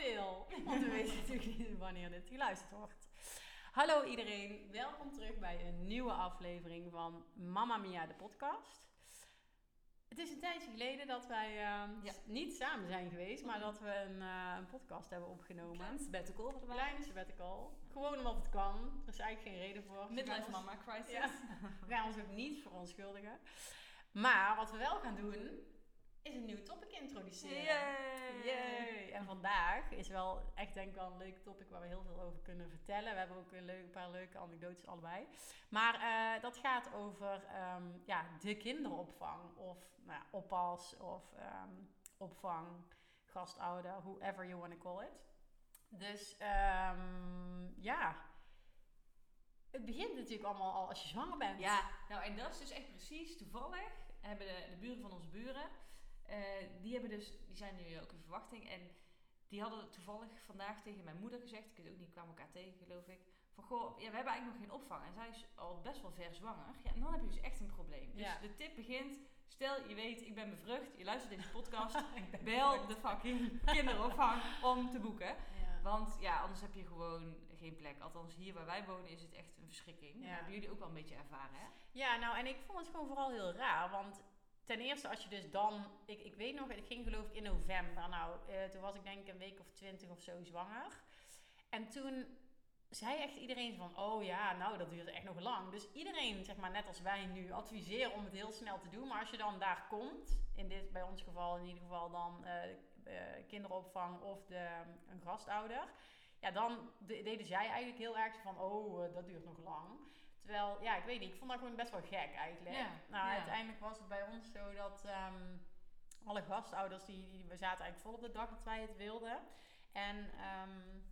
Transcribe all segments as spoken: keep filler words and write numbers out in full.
april. Want we weten natuurlijk niet wanneer dit geluisterd wordt. Hallo iedereen, welkom terug bij een nieuwe aflevering van Mamma Mia, de podcast. Het is een tijdje geleden dat wij uh, ja. niet samen zijn geweest, maar dat we een, uh, een podcast hebben opgenomen. Klein sabbatical. Kleine sabbatical. Gewoon omdat het kan. Er is eigenlijk geen reden voor. Midlife mama crisis. Ja. We gaan ons ook niet verontschuldigen. Maar wat we wel gaan doen, is een nieuw topic introduceren. Yay! Yay! En vandaag is wel echt denk ik wel een leuk topic waar we heel veel over kunnen vertellen. We hebben ook een, leuk, een paar leuke anekdotes allebei. Maar uh, dat gaat over um, ja, de kinderopvang of nou ja, oppas of um, opvang, gastouder, whoever you want to call it. Dus um, ja, het begint natuurlijk allemaal al als je zwanger bent. Ja, nou en dat is dus echt precies toevallig. Hebben de, de buren van onze buren, uh, die hebben dus, die zijn nu ook in verwachting. En die hadden toevallig vandaag tegen mijn moeder gezegd, ik weet ook niet, kwamen elkaar tegen geloof ik. Van goh, ja, we hebben eigenlijk nog geen opvang. En zij is al best wel ver zwanger. Ja, en dan heb je dus echt een probleem. Dus ja. de tip begint, stel je weet, ik ben bevrucht, je luistert deze podcast, bel de fucking kinderopvang om te boeken. Ja. Want ja, anders heb je gewoon geen plek. Althans, hier waar wij wonen is het echt een verschrikking. Ja. Dat hebben jullie ook wel een beetje ervaren, hè? Ja, nou en ik vond het gewoon vooral heel raar. Want ten eerste als je dus dan... Ik, ik weet nog, ik ging geloof ik in november. Nou, uh, toen was ik denk ik een week of twintig of zo zwanger. En toen zei echt iedereen van... Oh ja, nou dat duurt echt nog lang. Dus iedereen, zeg maar net als wij nu, adviseren om het heel snel te doen. Maar als je dan daar komt, in dit, bij ons geval in ieder geval dan... Uh, Uh, kinderopvang of de, een gastouder. Ja, dan de, deden zij eigenlijk heel erg van, oh, uh, dat duurt nog lang. Terwijl, ja, ik weet niet, ik vond dat gewoon best wel gek eigenlijk. Ja, nou, ja. Uiteindelijk was het bij ons zo dat um, alle gastouders, die, die, we zaten eigenlijk vol op de dag dat wij het wilden. En um,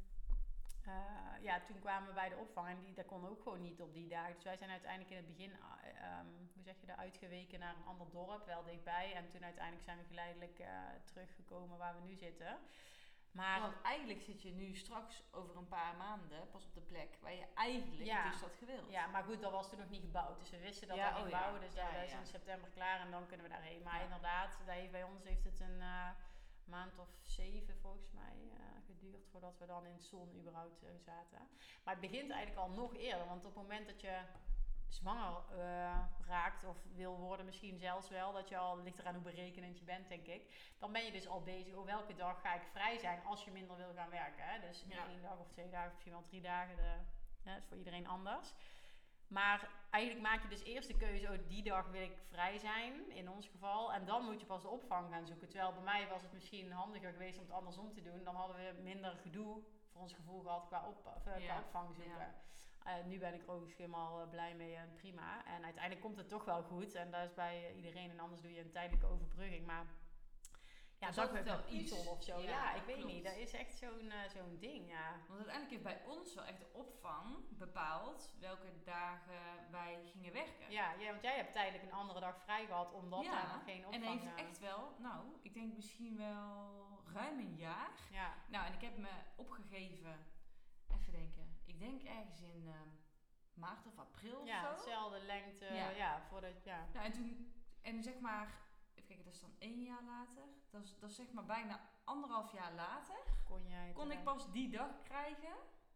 uh, ja, toen kwamen we bij de opvang en die, dat kon ook gewoon niet op die dagen. Dus wij zijn uiteindelijk in het begin, um, hoe zeg je dat, uitgeweken naar een ander dorp, wel dichtbij. En toen uiteindelijk zijn we geleidelijk uh, teruggekomen waar we nu zitten. Maar want eigenlijk zit je nu straks over een paar maanden pas op de plek waar je eigenlijk ja, het is dat gewild. Ja, maar goed, dat was toen nog niet gebouwd. Dus we wisten dat ja, dat oh ging ja. bouwen. Dus ja, dat is ja. in september klaar en dan kunnen we daarheen. Maar ja. inderdaad, dat heeft, bij ons heeft het een... Uh, maand of zeven volgens mij uh, geduurd voordat we dan in het zon überhaupt uh, zaten. Maar het begint eigenlijk al nog eerder. Want op het moment dat je zwanger uh, raakt of wil worden misschien zelfs wel, dat je al, ligt eraan hoe berekenend je bent denk ik, dan ben je dus al bezig op welke dag ga ik vrij zijn als je minder wil gaan werken. Hè? Dus ja. één dag of twee dagen, misschien wel drie dagen, de, ja, dat is voor iedereen anders. Maar eigenlijk maak je dus eerst de keuze, oh, die dag wil ik vrij zijn, in ons geval. En dan moet je pas de opvang gaan zoeken. Terwijl bij mij was het misschien handiger geweest om het andersom te doen. Dan hadden we minder gedoe voor ons gevoel gehad qua, op, uh, qua ja. opvang zoeken. Ja. Uh, nu ben ik er ook helemaal uh, blij mee en prima. En uiteindelijk komt het toch wel goed. En dat is bij iedereen. En anders doe je een tijdelijke overbrugging. Maar ja, dat dat is wel iets of zo. Ja, ja ik weet klopt. niet. Dat is echt zo'n, uh, zo'n ding, ja. Want uiteindelijk heeft bij ons wel echt de opvang bepaald welke dagen wij gingen werken. Ja, ja, want jij hebt tijdelijk een andere dag vrij gehad omdat ja, er nog geen opvang... en heeft echt wel, nou, ik denk misschien wel ruim een jaar. Ja. Nou, en ik heb me opgegeven, even denken, ik denk ergens in uh, maart of april ja, of zo. Ja, hetzelfde lengte, ja, ja voordat, ja. Nou, en toen, en zeg maar... Even kijken, dat is dan één jaar later. Dat is, dat is zeg maar bijna anderhalf jaar later. Kon, jij kon ik pas die dag krijgen.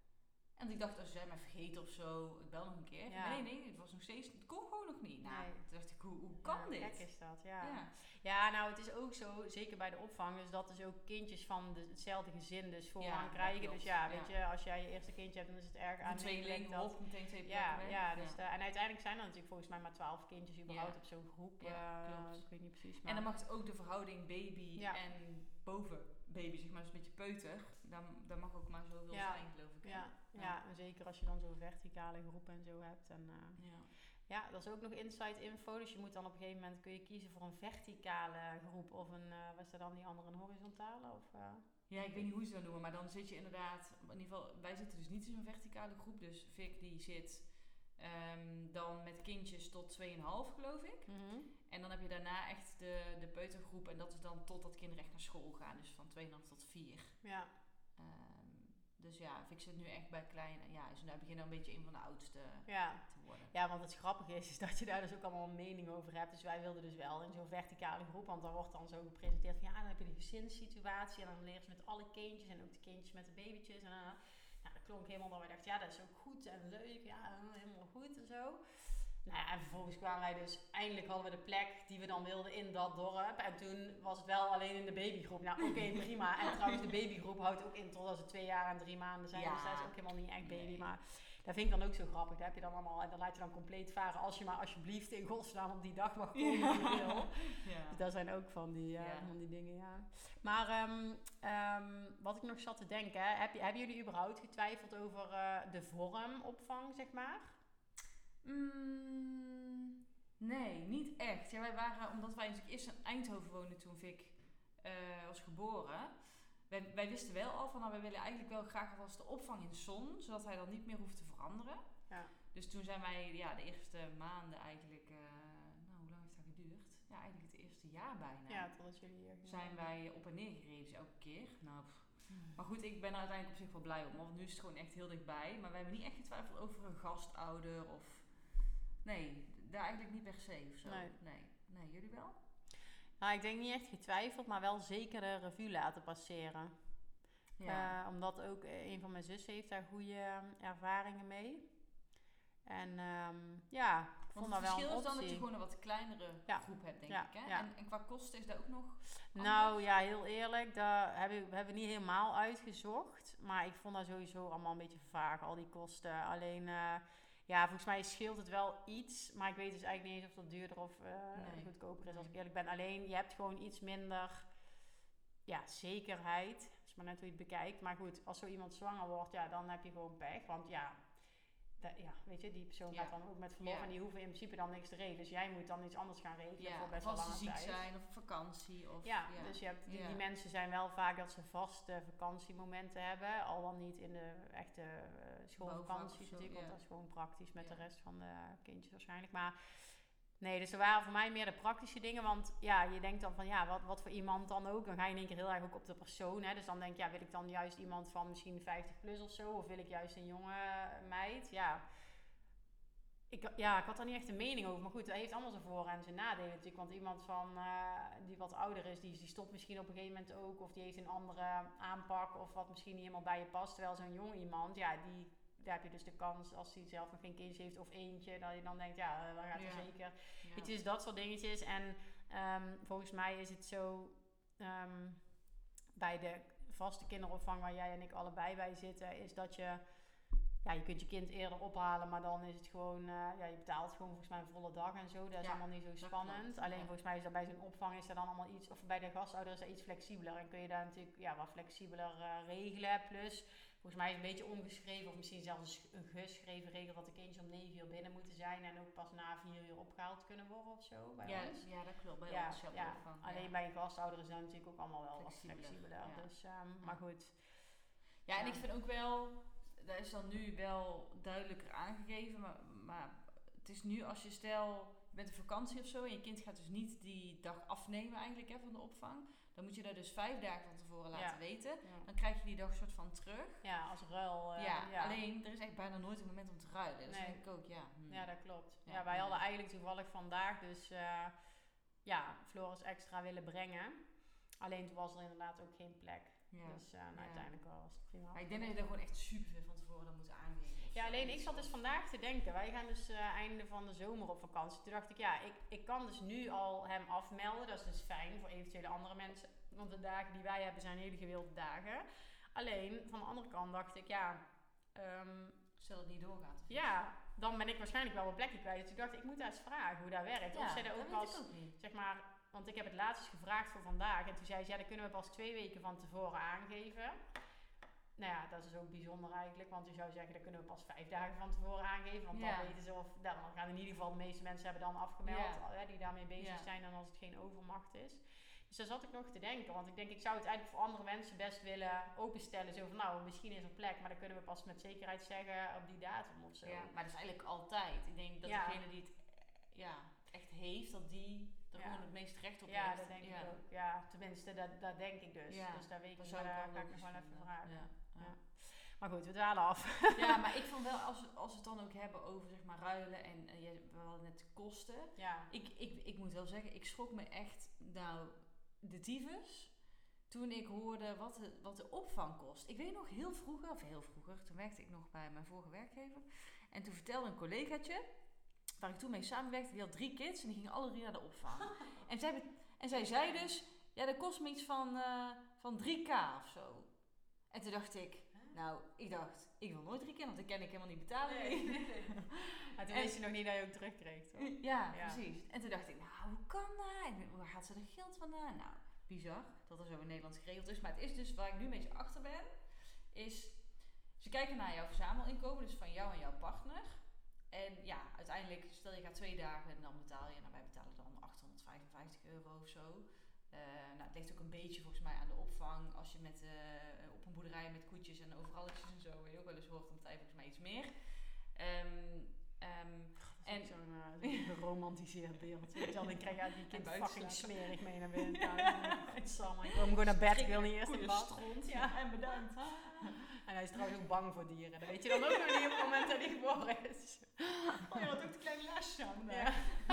En ik dacht, als ze zijn mij vergeten of zo, ik bel nog een keer. Ja. Nee, nee, het was nog steeds, het kon gewoon nog niet. Nou, nee. Toen dacht ik, hoe, hoe kan ja, dit? Gek is dat, ja. ja. Ja, nou, het is ook zo, zeker bij de opvang, dus dat is ook kindjes van de, hetzelfde gezin dus voorrang ja, krijgen. Dus ja, weet ja. je, als jij je eerste kindje hebt, dan is het erg aan tweeling dat meteen twee ja, plekken ja, dus ja. De, en uiteindelijk zijn er natuurlijk volgens mij maar twaalf kindjes überhaupt ja. op zo'n groep. Ja, uh, klopt. Ik weet niet precies. Maar... En dan mag het ook de verhouding baby ja. en boven baby, zeg maar, dus een beetje peuter. Dan, dan mag ook maar zoveel ja. zijn, geloof ik. Ja. Ja. ja, en zeker als je dan zo'n verticale groep en zo hebt. En, uh, ja. ja, dat is ook nog inside info. Dus je moet dan op een gegeven moment kun je kiezen voor een verticale groep of een, uh, wat is er dan die andere, een horizontale? Of, uh, ja, ik weet niet hoe ze dat noemen, maar dan zit je inderdaad, in ieder geval, wij zitten dus niet in zo'n verticale groep. Dus Vic die zit um, dan met kindjes tot twee komma vijf geloof ik. Mm-hmm. En dan heb je daarna echt de, de peutergroep en dat is dan totdat kinderen echt naar school gaan. Dus van twee komma vijf tot vier. Ja. Um, Dus ja, ik zit nu echt bij kleine. Ja, dus daar begin ik een beetje een van de oudste Ja. te worden. Ja, want het grappige is, is dat je daar dus ook allemaal een mening over hebt. Dus wij wilden dus wel in zo'n verticale groep, want dan wordt dan zo gepresenteerd van ja, dan heb je de gezinssituatie en dan leren ze met alle kindjes en ook de kindjes met de babytjes. En, uh, nou, dat klonk helemaal dat wij dachten, ja, dat is ook goed en leuk, ja, helemaal goed en zo. Nou ja, en vervolgens kwamen wij dus, eindelijk hadden we de plek die we dan wilden in dat dorp. En toen was het wel alleen in de babygroep. Nou, oké, okay, prima. En trouwens, de babygroep houdt ook in totdat ze twee jaar en drie maanden zijn. Ja. Dus dat is ook helemaal niet echt baby. Nee. Maar dat vind ik dan ook zo grappig. Dat heb je dan allemaal, en dan laat je dan compleet varen. Als je maar alsjeblieft in godsnaam op die dag mag komen ja. die je wil. Ja. Dus dat zijn ook van die, uh, ja. van die dingen, ja. Maar um, um, wat ik nog zat te denken, heb je, hebben jullie überhaupt getwijfeld over uh, de vormopvang, zeg maar? Mm, nee, niet echt. Ja, wij waren, omdat wij natuurlijk eerst in Eindhoven woonden toen Vic uh, was geboren. Wij, wij wisten wel al van, nou, wij willen eigenlijk wel graag alvast de opvang in Zon, zodat hij dan niet meer hoeft te veranderen. Ja. Dus toen zijn wij, ja, de eerste maanden eigenlijk, uh, nou, hoe lang heeft dat geduurd? Ja, eigenlijk het eerste jaar bijna. Ja, totdat jullie hier zijn wij op en neer gereden, dus elke keer. Nou, hmm. Maar goed, ik ben er uiteindelijk op zich wel blij om, want nu is het gewoon echt heel dichtbij. Maar wij hebben niet echt getwijfeld over een gastouder of... Nee, daar eigenlijk niet per se of zo. Nee. Nee, nee, jullie wel? Nou, ik denk niet echt getwijfeld, maar wel zeker de revue laten passeren. Ja. Uh, omdat ook een van mijn zussen heeft daar goede ervaringen mee. En um, ja, ik vond dat wel een optie. Het verschil is dan dat je gewoon een wat kleinere ja. groep hebt, denk ja. ik. Hè? Ja. En, en qua kosten is dat ook nog anders? Nou ja, heel eerlijk, dat hebben we hebben niet helemaal uitgezocht. Maar ik vond dat sowieso allemaal een beetje vaag, al die kosten. Alleen... Uh, Ja, volgens mij scheelt het wel iets, maar ik weet dus eigenlijk niet eens of dat duurder of uh, nee. goedkoper is als ik eerlijk ben. Alleen, je hebt gewoon iets minder ja, zekerheid, dat is maar net hoe je het bekijkt. Maar goed, als zo iemand zwanger wordt, ja, dan heb je gewoon pech. Want ja, dat, ja weet je, die persoon ja. gaat dan ook met verlof ja. en die hoeven in principe dan niks te regelen. Dus jij moet dan iets anders gaan regelen ja. voor best wel lange tijd. Of als ze ziek zijn of vakantie. Of, ja, ja, dus je hebt, die, ja. die mensen zijn wel vaak dat ze vaste vakantiemomenten hebben. Al dan niet in de echte uh, schoolvakanties natuurlijk, ja. want dat is gewoon praktisch met ja. de rest van de kindjes waarschijnlijk. Maar nee, dus er waren voor mij meer de praktische dingen. Want ja, je denkt dan van ja, wat, wat voor iemand dan ook. Dan ga je in één keer heel erg ook op de persoon. Hè? Dus dan denk je, ja, wil ik dan juist iemand van misschien vijftig plus of zo? Of wil ik juist een jonge meid? Ja, ik, ja, ik had daar niet echt een mening over. Maar goed, dat heeft allemaal zijn voor- en zijn nadelen natuurlijk. Want iemand van, uh, die wat ouder is, die, die stopt misschien op een gegeven moment ook. Of die heeft een andere aanpak. Of wat misschien niet helemaal bij je past. Terwijl zo'n jong iemand, ja, die... Daar heb je dus de kans, als hij zelf nog geen kindjes heeft of eentje, dat je dan denkt, ja, dan gaat er ja. zeker. Ja. Weet je, dus dat soort dingetjes. En um, volgens mij is het zo, um, bij de vaste kinderopvang waar jij en ik allebei bij zitten, is dat je, ja, je kunt je kind eerder ophalen, maar dan is het gewoon, uh, ja, je betaalt gewoon volgens mij een volle dag en zo. Dat is ja, allemaal niet zo spannend. Alleen ja. volgens mij is dat bij zo'n opvang is dat dan allemaal iets, of bij de gastouder is dat iets flexibeler. En kun je daar natuurlijk, ja, wat flexibeler uh, regelen. Plus, volgens mij is het een beetje ongeschreven of misschien zelfs een geschreven regel dat de kindjes om negen uur binnen moeten zijn en ook pas na vier uur opgehaald kunnen worden of zo bij ja, ons. Ja, dat klopt. Bij ja, ons ja. Van, alleen ja. bij een gastouder is dat natuurlijk ook allemaal wel flexibeler, wat flexibeler. Ja. Dus, um, ja. Maar goed. Ja, en ja. ik vind ook wel, dat is dan nu wel duidelijker aangegeven, maar, maar het is nu als je stel, je bent op vakantie of zo en je kind gaat dus niet die dag afnemen eigenlijk hè, van de opvang. Dan moet je dat dus vijf dagen van tevoren laten ja. weten. Ja. Dan krijg je die dag soort van terug. Ja, als ruil. Uh, ja, ja, alleen er is echt bijna nooit een moment om te ruilen. Dat nee. denk ik ook, ja. Hm. Ja, dat klopt. Ja, ja wij ja. hadden eigenlijk toevallig vandaag dus uh, ja, Floris extra willen brengen. Alleen toen was er inderdaad ook geen plek. Ja. Dus uh, nou, ja. uiteindelijk was het prima. Maar ik denk dat je er gewoon echt super veel van tevoren dan moet aangeven. Ja, alleen ik zat dus vandaag te denken. Wij gaan dus uh, einde van de zomer op vakantie. Toen dacht ik, ja, ik, ik kan dus nu al hem afmelden. Dat is dus fijn voor eventuele andere mensen. Want de dagen die wij hebben zijn hele gewilde dagen. Alleen, van de andere kant dacht ik, ja... Um, Stel het niet doorgaat. Ja, dan ben ik waarschijnlijk wel een plekje kwijt. Dus ik dacht, ik moet daar eens vragen hoe dat werkt. Ja, of zij dat ook als, ook niet. zeg maar... Want ik heb het laatst eens gevraagd voor vandaag. En toen zei ze, ja, dat kunnen we pas twee weken van tevoren aangeven. Nou ja, dat is ook bijzonder eigenlijk. Want je zou zeggen, dat kunnen we pas vijf dagen van tevoren aangeven. Want ja. dan weten ze of... Nou, dan gaan in ieder geval de meeste mensen hebben dan afgemeld. Ja. Hè, die daarmee bezig ja. zijn. En als het geen overmacht is. Dus daar zat ik nog te denken. Want ik denk, ik zou het eigenlijk voor andere mensen best willen openstellen. Zo van, nou, misschien is er plek. Maar dan kunnen we pas met zekerheid zeggen op die datum of zo. Ja, maar dat is eigenlijk altijd. Ik denk dat ja. degene die het ja, echt heeft, dat die... er ja. gewoon het meest recht op ja, heeft. Dat denk ja, ik ook. Ja, tenminste, dat, dat denk ik dus. Ja, dus daar weet ik, dat maar daar ga ik nog wel even vragen. Ja, ja. Ja. Maar goed, we dwalen af. Ja, maar ik vond wel, als we, als we het dan ook hebben over zeg maar ruilen en uh, je, we hadden net de kosten. Ja. Ik, ik, ik moet wel zeggen, ik schrok me echt, nou, de tyfus. Toen ik hoorde wat de, wat de opvang kost. Ik weet nog heel vroeger, of heel vroeger, toen werkte ik nog bij mijn vorige werkgever. En toen vertelde een collegaatje, waar ik toen mee samenwerkte, die had drie kids en die gingen alle drie naar de opvang. en, zij, en zij zei dus, ja, dat kost me iets van, uh, van drie k of zo. En toen dacht ik, nou, ik dacht, ik wil nooit drie keer, want dat kan ik helemaal niet betalen. Nee, nee, nee. Maar toen wist je nog niet dat je ook terugkreeg, toch? Ja, ja, precies. En toen dacht ik, nou, hoe kan dat? En waar gaat ze er geld vandaan? Nou, bizar dat er zo in Nederland geregeld is. Maar het is dus, waar ik nu een beetje achter ben, is, ze kijken naar jouw verzamelinkomen, dus van jou en jouw partner. En ja, uiteindelijk, stel je gaat twee dagen en dan betaal je, nou wij betalen dan achthonderdvijfenvijftig euro of zo. Uh, nou, het ligt ook een beetje volgens mij aan de opvang. Als je met, uh, op een boerderij met koetjes en overalletjes en zo, wat je ook wel eens hoort, dan betaal je volgens mij iets meer. Um, um, en zo'n uh, zo geromantiseerd beeld. Weet je wel, dan krijg je uit die kind fucking smerig mee naar binnen. Godsamme, ik wil hem gewoon naar bed, ik wil niet eerst in bad. Stront, ja, en bedankt. En hij is trouwens ook bang voor dieren. Dat weet je dan ook nog niet op het moment dat hij geboren is. Oh, je had ook de kleine laarsjes aan. Ja.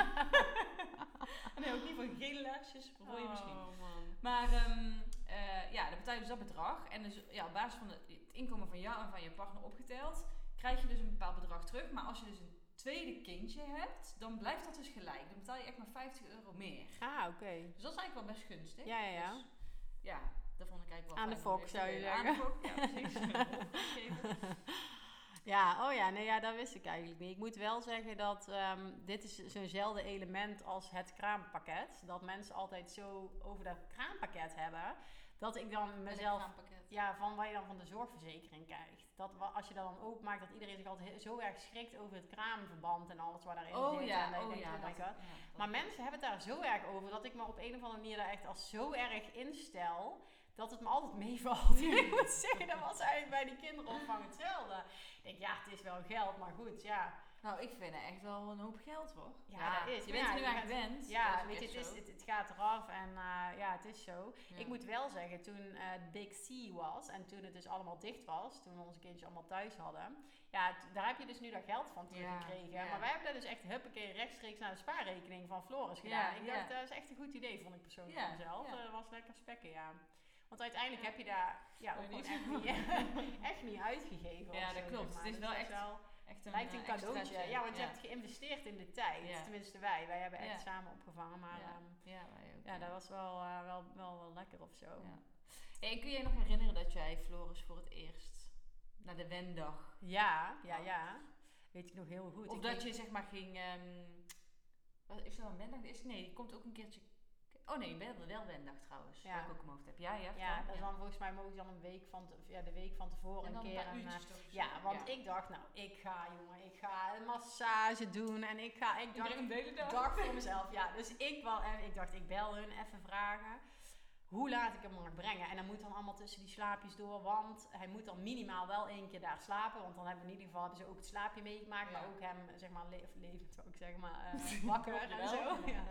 En hij ook niet van gele laarsjes, voor je oh, misschien. Man. Maar um, uh, ja, dan betaal je dus dat bedrag. En dus ja, op basis van het inkomen van jou en van je partner opgeteld, krijg je dus een bepaald bedrag terug. Maar als je dus een tweede kindje hebt, dan blijft dat dus gelijk. Dan betaal je echt maar vijftig euro meer. Ah, oké. Okay. Dus dat is eigenlijk wel best gunstig. Ja, ja, ja. Dus, ja, dat vond ik eigenlijk wel aan de fok, zou je zeggen. Aan de fok, ja, precies. Ja, oh ja, nee, ja, dat wist ik eigenlijk niet. Ik moet wel zeggen dat um, dit is zo'nzelfde element als het kraampakket. Dat mensen altijd zo over dat kraampakket hebben. Dat ik dan mezelf... Ja, van wat je dan van de zorgverzekering krijgt. Dat als je dat dan openmaakt, dat iedereen zich altijd zo erg schrikt over het kraamverband en alles wat daarin oh, zit. Ja, en dat je oh denkt, ja, oh my dat, god. Ja, maar mensen hebben het daar zo erg over dat ik me op een of andere manier daar echt als zo erg instel dat het me altijd meevalt. Ik moet zeggen, dat was eigenlijk bij die kinderopvang hetzelfde. Ik denk, ja, het is wel geld, maar goed, ja. Nou, ik vind het echt wel een hoop geld, hoor. Ja, ja dat is. Je bent ja, er nu aan gewend. Ja, weet je, het, is, het, het gaat eraf en uh, ja, het is zo. Ja. Ik moet wel zeggen, toen uh, Big C was en toen het dus allemaal dicht was, toen we onze kindjes allemaal thuis hadden, ja, t- daar heb je dus nu dat geld van teruggekregen. Ja, ja. Maar wij hebben dat dus echt huppakee rechtstreeks naar de spaarrekening van Floris gedaan. Ja, ik dacht, ja. dat is echt een goed idee, vond ik persoonlijk ja, van mezelf. Ja. Dat uh, was lekker spekken, ja. Want uiteindelijk ja. heb je daar ja, ook niet. echt, niet, echt niet uitgegeven. Ja, zo, dat klopt. Maar. Het is dus wel echt... Wel, Echt een, lijkt een cadeautje. extraatje. Ja, want ja. je hebt geïnvesteerd in de tijd. Ja. Tenminste wij. Wij hebben echt ja. samen opgevangen. Maar ja, um, ja, wij ook, ja, ja. dat was wel, uh, wel, wel, wel lekker of zo. Ja. Hey, kun je je nog herinneren dat jij Floris voor het eerst naar de wendag... Ja, ja, ja. Weet ik nog heel goed. Of ik dat weet... je zeg maar ging... Um, wat, is dat een wendag? Is, nee, die komt ook een keertje... Oh nee, wel, wel wendag trouwens. Ja. Waar ik ook omhoog heb. Ja, ja. Ja, dat is dan volgens mij mogen ze dan een week van, te, ja, de week van tevoren en dan een keer. een En, uurtjes uh, ja, want ja. ik dacht, nou, ik ga, jongen, ik ga een massage doen en ik ga, ik dacht, een hele dag. dag voor mezelf, ja. Dus ik wel, en ik dacht, ik bel hun even vragen hoe laat ik hem mag brengen. En dan moet dan allemaal tussen die slaapjes door, want hij moet dan minimaal wel één keer daar slapen, want dan hebben we in ieder geval hebben ze ook het slaapje meegemaakt, ja. Maar ook hem, zeg maar, le- levend, zou ik zeggen, maar uh, wakker en zo. Ja.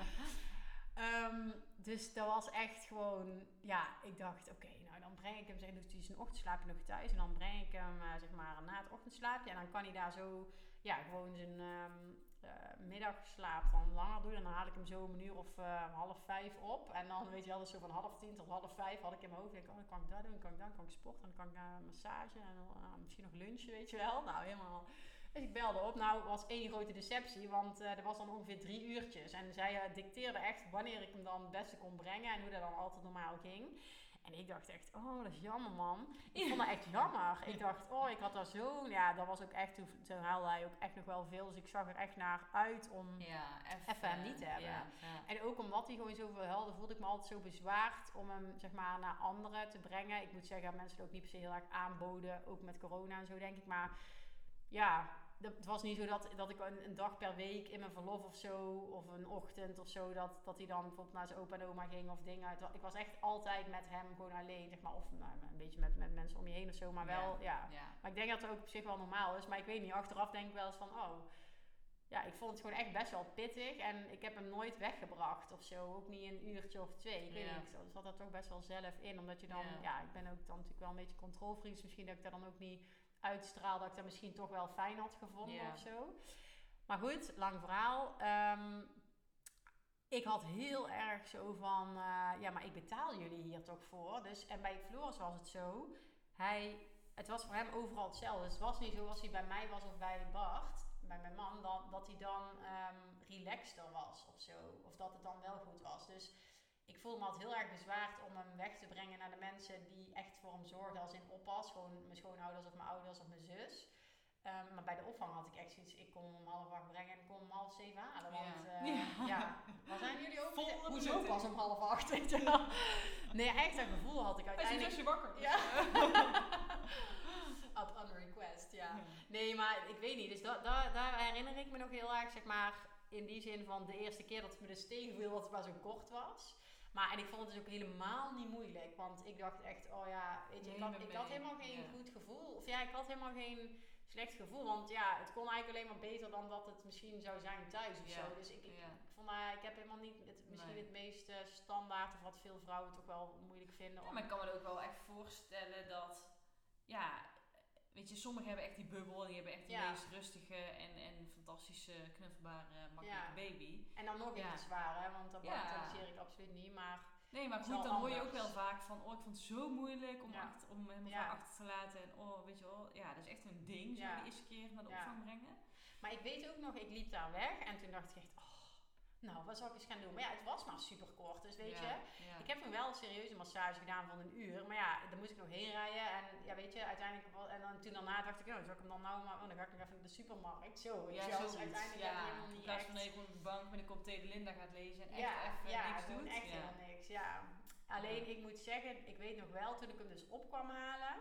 Um, dus dat was echt gewoon, ja, ik dacht, oké, okay, nou dan breng ik hem, zeg, doet hij zijn ochtendslaapje nog thuis en dan breng ik hem, uh, zeg maar, na het ochtendslaapje en dan kan hij daar zo, ja, gewoon zijn um, uh, middagslaap dan langer doen en dan haal ik hem zo om een uur of uh, half vijf op en dan, weet je wel, dus zo van half tien tot half vijf had ik in mijn hoofd, denk ik, oh, dan kan ik dat doen, dan kan ik dat, dan kan ik sporten, dan kan ik naar een massage en dan, uh, misschien nog lunchen, weet je wel, nou, helemaal... Dus ik belde op. Nou, was één grote deceptie, want uh, er was dan ongeveer drie uurtjes. En zij uh, dicteerde echt wanneer ik hem dan het beste kon brengen en hoe dat dan altijd normaal ging. En ik dacht echt, oh, dat is jammer, man. Ik vond dat echt jammer. Ik dacht, oh, ik had daar zo... Ja, dat was ook echt... Toen, toen haalde hij ook echt nog wel veel. Dus ik zag er echt naar uit om ja, even hem niet te hebben. Ja, ja. En ook omdat hij gewoon zoveel huilde, voelde ik me altijd zo bezwaard om hem, zeg maar, naar anderen te brengen. Ik moet zeggen, dat mensen het ook niet per se heel erg aanboden. Ook met corona en zo, denk ik. Maar ja... Het was niet zo dat, dat ik een, een dag per week in mijn verlof of zo, of een ochtend of zo, dat, dat hij dan bijvoorbeeld naar zijn opa en oma ging of dingen. Ik was echt altijd met hem gewoon alleen, zeg maar, of nou, een beetje met, met mensen om je heen of zo, maar wel, ja. ja. ja. Maar ik denk dat het ook op zich wel normaal is, maar ik weet niet, achteraf denk ik wel eens van, oh, ja, ik vond het gewoon echt best wel pittig en ik heb hem nooit weggebracht of zo, ook niet een uurtje of twee. Ik weet ja. niet, ik zat daar toch best wel zelf in, omdat je dan, ja, ja ik ben ook dan natuurlijk wel een beetje controlfreak, dus misschien dat ik daar dan ook niet uitstraal dat ik dat misschien toch wel fijn had gevonden Ja. of zo. Maar goed, lang verhaal. Um, ik had heel erg zo van, uh, ja, maar ik betaal jullie hier toch voor. Dus, en bij Floris was het zo, hij, het was voor hem overal hetzelfde. Dus het was niet zo als hij bij mij was of bij Bart, bij mijn man, dan, dat hij dan um, relaxter was of zo. Of dat het dan wel goed was. Dus ik voelde me altijd heel erg bezwaard om hem weg te brengen naar de mensen die echt voor hem zorgden als in oppas. Gewoon mijn schoonouders of mijn ouders of mijn zus. Um, maar bij de opvang had ik echt zoiets, ik kon hem om half acht brengen en ik kon hem om half zeven halen. Want ja, uh, ja. ja waar zijn jullie ook? Vol Hoezo pas om half acht? Weet je wel? Nee, echt dat gevoel had ik uiteindelijk. Hij is je wakker. Ja. Up on request, ja. ja. Nee, maar ik weet niet. Dus da, da, daar herinner ik me nog heel erg, zeg maar, in die zin van de eerste keer dat het me dus tegenviel dat het maar zo kort was. Maar en ik vond het dus ook helemaal niet moeilijk. Want ik dacht echt, oh ja, weet je, ik had, ik had helemaal geen ja. goed gevoel. Of ja, ik had helemaal geen slecht gevoel. Want ja, het kon eigenlijk alleen maar beter dan dat het misschien zou zijn thuis of ja. zo. Dus ik, ik, ja. ik vond, uh, ik heb helemaal niet het, misschien nee. het meest uh, standaard of wat veel vrouwen toch wel moeilijk vinden. Ja, maar ik kan me er ook wel echt voorstellen dat, ja, weet je, sommigen hebben echt die bubbel en die hebben echt de ja. meest rustige en, en fantastische, knuffelbare, makkelijke ja. baby. En dan nog even ja. zwaar, hè, want dat bagatelliseer ja. ik absoluut niet, maar... Nee, maar goed, dan hoor je ook wel vaak van, oh, ik vond het zo moeilijk om, ja. achter, om hem ja. achter te laten. En oh, weet je wel, ja, dat is echt een ding, zo ja. de eerste keer naar de opvang ja. brengen. Maar ik weet ook nog, ik liep daar weg en toen dacht ik echt, oh, nou, wat zou ik eens gaan doen? Maar ja, het was maar super kort, dus weet ja. je. Ja. Ik heb toen wel een serieuze massage gedaan van een uur, maar ja, daar moest ik nog heen rijden. En ja, weet je, uiteindelijk, en dan, toen daarna dacht ik, oh, zou ik hem dan nou maar, oh, dan ga ik nog even naar de supermarkt, zo. Weet ja, je, zo dus uiteindelijk ja. heb je helemaal niet in plaats echt... van even op de bank met een kop thee de Linda gaat lezen en echt ja, even ja, niks doet. echt ja, helemaal niks, ja. Alleen, ik moet zeggen, ik weet nog wel, toen ik hem dus op kwam halen,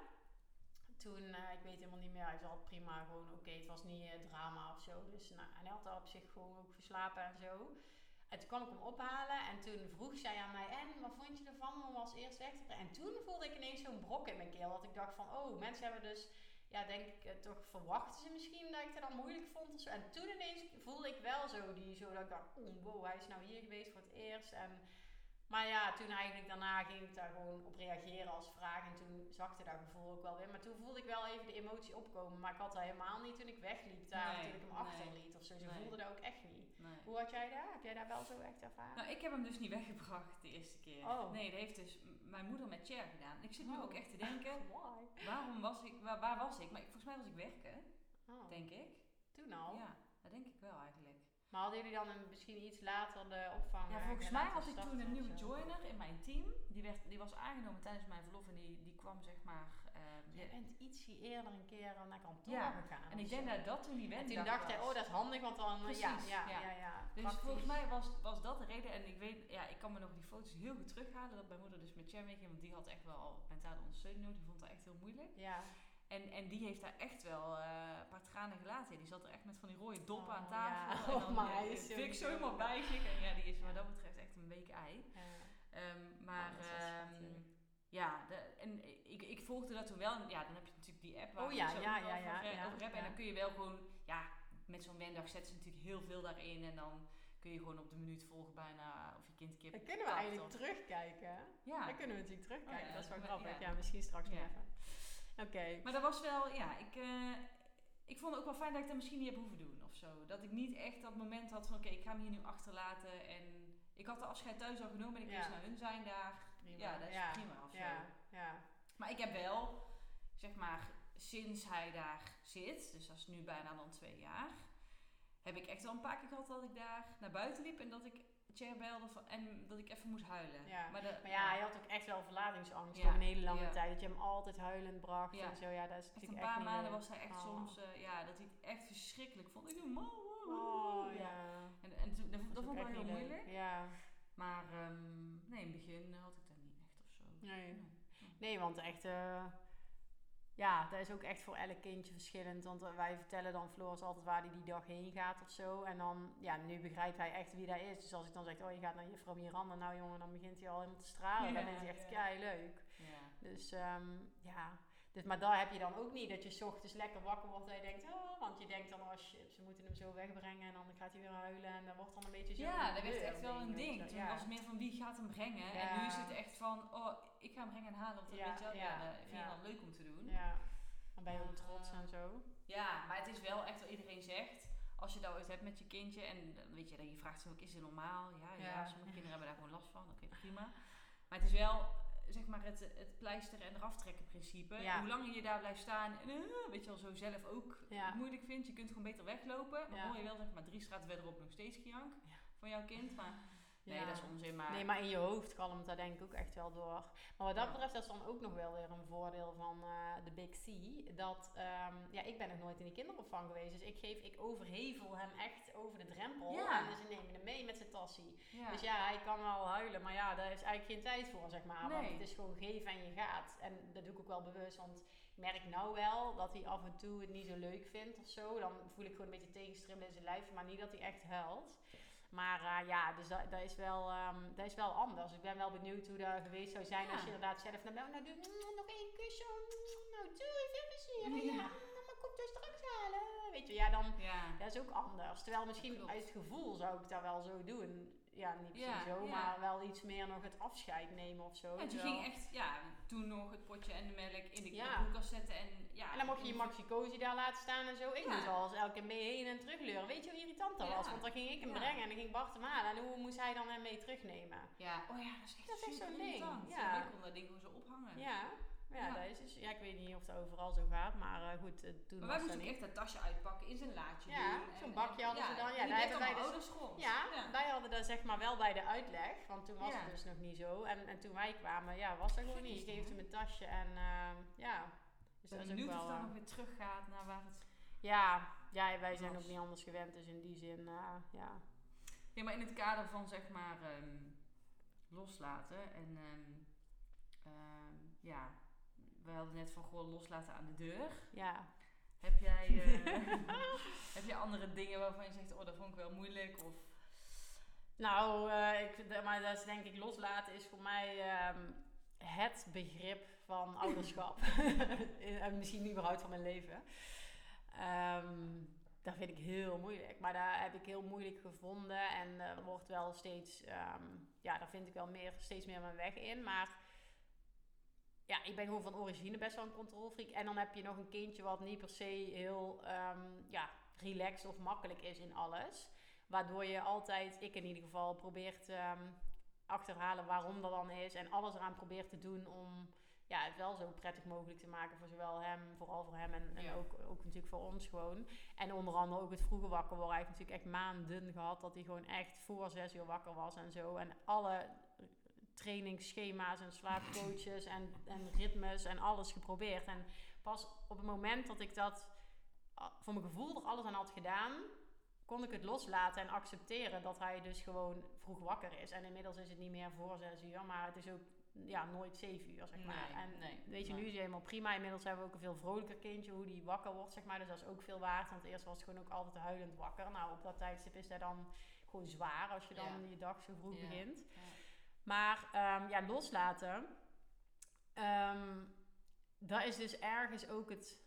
toen, uh, ik weet helemaal niet meer, hij zat prima, gewoon oké, okay, het was niet uh, drama of zo. Dus nou, en hij had daar op zich gewoon ook geslapen en zo. En toen kwam ik hem ophalen en toen vroeg zij aan mij, en wat vond je ervan om als eerst weg te brengen? En toen voelde ik ineens zo'n brok in mijn keel, dat ik dacht van, oh, mensen hebben dus, ja, denk ik, uh, toch verwachten ze misschien dat ik het dan moeilijk vond of zo. En toen ineens voelde ik wel zo die, zo dat ik dacht, oh, wow, hij is nou hier geweest voor het eerst en... Maar ja, toen eigenlijk daarna ging ik daar gewoon op reageren als vraag. En toen zakte dat gevoel ook wel weer. Maar toen voelde ik wel even de emotie opkomen. Maar ik had dat helemaal niet toen ik wegliep daar. Nee, toen ik hem nee. achterliet of zo. Zo nee. voelde dat ook echt niet. Nee. Hoe had jij dat? Heb jij daar wel zo echt ervaren? Nou, ik heb hem dus niet weggebracht de eerste keer. Oh. Nee, dat heeft dus mijn moeder met Cher gedaan. Ik zit nu oh. ook echt te denken. waarom was ik, waar, waar was ik? Maar volgens mij was ik werken. Oh. Denk ik. Toen al? Ja, dat denk ik wel eigenlijk. Maar hadden jullie dan een, misschien iets later de opvang? Ja, volgens mij had ik toen een nieuwe joiner in mijn team. Die, werd, die was aangenomen tijdens mijn verlof en die, die kwam zeg maar... Uh, je bent ietsje eerder een keer naar kantoor ja, gegaan. En ik denk dat dat toen die wenddag En toen dacht hij, oh dat is handig, want dan... Precies, ja, ja, ja. ja, ja, dus praktisch. volgens mij was, was dat de reden. En ik weet, ja, ik kan me nog die foto's heel goed terughalen. Dat mijn moeder dus met Cher meeging, want die had echt wel mentale ondersteuning nodig. Die vond dat echt heel moeilijk. Ja. En, en die heeft daar echt wel uh, een paar tranen gelaten. Die zat er echt met van die rode doppen oh, aan tafel. Ja. En dan oh, maar hij is vind ik zo helemaal bij zich. En ja, die is wat dat betreft echt een week ei. Ja. Um, maar oh, um, ja, de, en ik, ik volgde dat toen wel. En ja, dan heb je natuurlijk die app waar oh, je ja, zo ja, over, ja, ja, over ja, hebt. ja. En dan kun je wel gewoon, ja, met zo'n wenddag zetten ze natuurlijk heel veel daarin. En dan kun je gewoon op de minuut volgen bijna of je kind kip. Dan kunnen we eigenlijk of... terugkijken. Ja. Dan kunnen we natuurlijk terugkijken. Oh, ja, dat is wel grappig. Ja. ja, misschien straks nog even. Oké. Okay. Maar dat was wel, ja, ik, uh, ik vond het ook wel fijn dat ik dat misschien niet heb hoeven doen of zo. Dat ik niet echt dat moment had van oké, okay, ik ga me hier nu achterlaten. En ik had de afscheid thuis al genomen en ik ja. moest naar hun zijn daar. Prima. Ja, dat is ja. prima of zo. Ja. Ja. Maar ik heb wel, zeg maar, sinds hij daar zit, dus dat is nu bijna dan twee jaar, heb ik echt wel een paar keer gehad dat ik daar naar buiten liep en dat ik Cher belde van, en dat ik even moest huilen. Ja. Maar, de, maar ja, ja, hij had ook echt wel verlatingsangst ja. voor een hele lange ja. tijd. Dat je hem altijd huilend bracht ja. en zo. Ja, dat is echt natuurlijk een paar echt maanden niet was hij echt oh. soms, uh, ja, dat hij het echt verschrikkelijk vond. Ik dacht, wow, wow, wow. Oh, ja. ja. En, en toen, dat, dat, dat vond ik wel heel moeilijk. Ja. Maar um, nee, in het begin had ik dat niet echt of zo. Nee, nee. nee want echt... Uh, ja, dat is ook echt voor elk kindje verschillend. Want wij vertellen dan Floris altijd waar hij die dag heen gaat of zo. En dan, ja, nu begrijpt hij echt wie dat is. Dus als ik dan zeg, oh, je gaat naar juffrouw Miranda. Nou jongen, dan begint hij al helemaal te stralen. Ja, dan vindt hij echt ja. kei leuk. Ja. Dus, um, ja. Dus, maar daar heb je dan ook niet dat je 's ochtends lekker wakker wordt en je denkt, oh, want je denkt dan, oh shit, ze moeten hem zo wegbrengen. En dan gaat hij weer huilen en dat wordt dan een beetje zo. Ja, dat werd echt wel een ding. Toen ja. was het meer van wie gaat hem brengen. Ja. En nu is het echt van, oh, ik ga hem brengen en halen. Want dat ja, weet je wel, ja, ja, dat vind je ja. dan leuk om te doen. Ja. Dan ben je ook trots en zo. Ja, maar het is wel echt wat iedereen zegt. Als je dat ooit hebt met je kindje en dan weet je, dan je vraagt ze ook, is het normaal? Ja, ja, Ja. sommige kinderen hebben daar gewoon last van. Oké, prima. Maar het is wel, zeg maar, het, het pleister en eraf trekken principe. Ja. Hoe langer je daar blijft staan en uh, weet je wel, zo zelf ook Ja. moeilijk vindt. Je kunt gewoon beter weglopen. Dan Ja. hoor je wel, zeg maar, drie straten verderop nog steeds gejank Ja. van jouw kind. Maar nee, Ja. dat is onzin. Maar, Nee, maar in je hoofd kalmt dat denk ik ook echt wel door. Maar wat dat Ja. betreft, dat is dan ook nog wel weer een voordeel van eh, de Big C. Dat, ehm, ja, ik ben nog nooit in de kinderopvang geweest. Dus ik geef, ik overhevel hem echt over de drempel. Ja. En dus ze nemen hem mee met zijn tassie. ja. Dus ja, hij kan wel huilen. Maar ja, daar is eigenlijk geen tijd voor, zeg maar. Want Nee. het is gewoon geven en je gaat. En dat doe ik ook wel bewust. Want ik merk nou wel dat hij af en toe het niet zo leuk vindt of zo. Dan voel ik gewoon een beetje tegenstribbelen in zijn lijf. Maar niet dat hij echt huilt. Maar uh, ja, dus dat, dat, is wel, um, dat is wel anders. Ik ben wel benieuwd hoe dat geweest zou zijn Ja. als je inderdaad zelf... Nou, nou, nou doe mm, nog één kusje. Mm, nou, doei, veel plezier. Ja, Ja. mama komt dus straks halen. Weet je, ja, dan... ja. Dat is ook anders. Terwijl misschien Klopt. uit gevoel zou ik dat wel zo doen. Ja, niet Ja, zo, ja. maar wel iets meer nog het afscheid nemen of zo. Ja, je Terwijl- ging echt, ja, toen nog het potje en de melk in de Ja. koelkast zetten en ja. En dan mocht je je Maxi Cosi daar laten staan en zo. Ik Ja. moest al elke keer mee heen en terugleuren. Weet je hoe irritant dat Ja. was? Want dan ging ik hem Ja. brengen en dan ging Bart hem halen. En hoe moest hij dan hem mee terugnemen? Ja, oh ja, dat is echt Dat is echt super zo'n ding, irritant. ja. Ik kon dat ding gewoon zo ophangen. Ja, ja, Ja. Dat is dus, ja, ik weet niet of dat overal zo gaat, maar uh, goed, uh, toen Maar wij was dat moesten ook niet. echt dat tasje uitpakken, in zijn laadje Ja, doen. zo'n en- bakje en- hadden ze dan. Ja, en daar ik hebben wij wij dus- ouders rond. Ja, wij hadden dat zeg maar wel bij de uitleg, want toen was Ja. het dus nog niet zo. En, en toen wij kwamen, ja, was dat gewoon Gek niet. is Je dat, geeft hè? hem een tasje en uh, ja. Dus Ik ben dat is ook benieuwd wel... of dat uh, nog weer teruggaat naar waar het... ja, ja, wij zijn was. ook niet anders gewend, dus in die zin, uh, ja. Ja, maar in het kader van zeg maar ehm, loslaten en ehm, ehm, ja, we hadden net van gewoon loslaten aan de deur. Ja. Heb jij, eh, heb je andere dingen waarvan je zegt, oh dat vond ik wel moeilijk of... Nou, uh, ik, vind- maar dat is denk ik loslaten is voor mij um, het begrip van ouderschap. En misschien überhaupt van mijn leven. Um, dat vind ik heel moeilijk. Maar daar heb ik heel moeilijk gevonden. En uh, er wordt wel steeds, um, ja, daar vind ik wel meer, steeds meer mijn weg in. Maar ja, ik ben gewoon van origine best wel een controlfreak. En dan heb je nog een kindje wat niet per se heel um, ja, relaxed of makkelijk is in alles. Waardoor je altijd, ik in ieder geval, probeert um, achterhalen waarom dat dan is. En alles eraan probeert te doen om ja, het wel zo prettig mogelijk te maken voor zowel hem, vooral voor hem en, en Ja. ook, ook natuurlijk voor ons gewoon. En onder andere ook het vroege wakker worden. Hij heeft natuurlijk echt maanden gehad dat hij gewoon echt voor zes uur wakker was en zo. En alle trainingsschema's en slaapcoaches en, en ritmes en alles geprobeerd. En pas op het moment dat ik dat voor mijn gevoel er alles aan had gedaan, kon ik het loslaten en accepteren dat hij dus gewoon vroeg wakker is. En inmiddels is het niet meer voor zes uur, maar het is ook ja, nooit zeven uur, zeg maar. Nee, en nee, weet je, nee. nu is hij helemaal prima. Inmiddels hebben we ook een veel vrolijker kindje, hoe die wakker wordt, zeg maar. Dus dat is ook veel waard, want eerst was het gewoon ook altijd huilend wakker. Nou, op dat tijdstip is dat dan gewoon zwaar als je dan Ja. je dag zo vroeg Ja. begint. Ja. Maar um, ja, loslaten, um, dat is dus ergens ook het,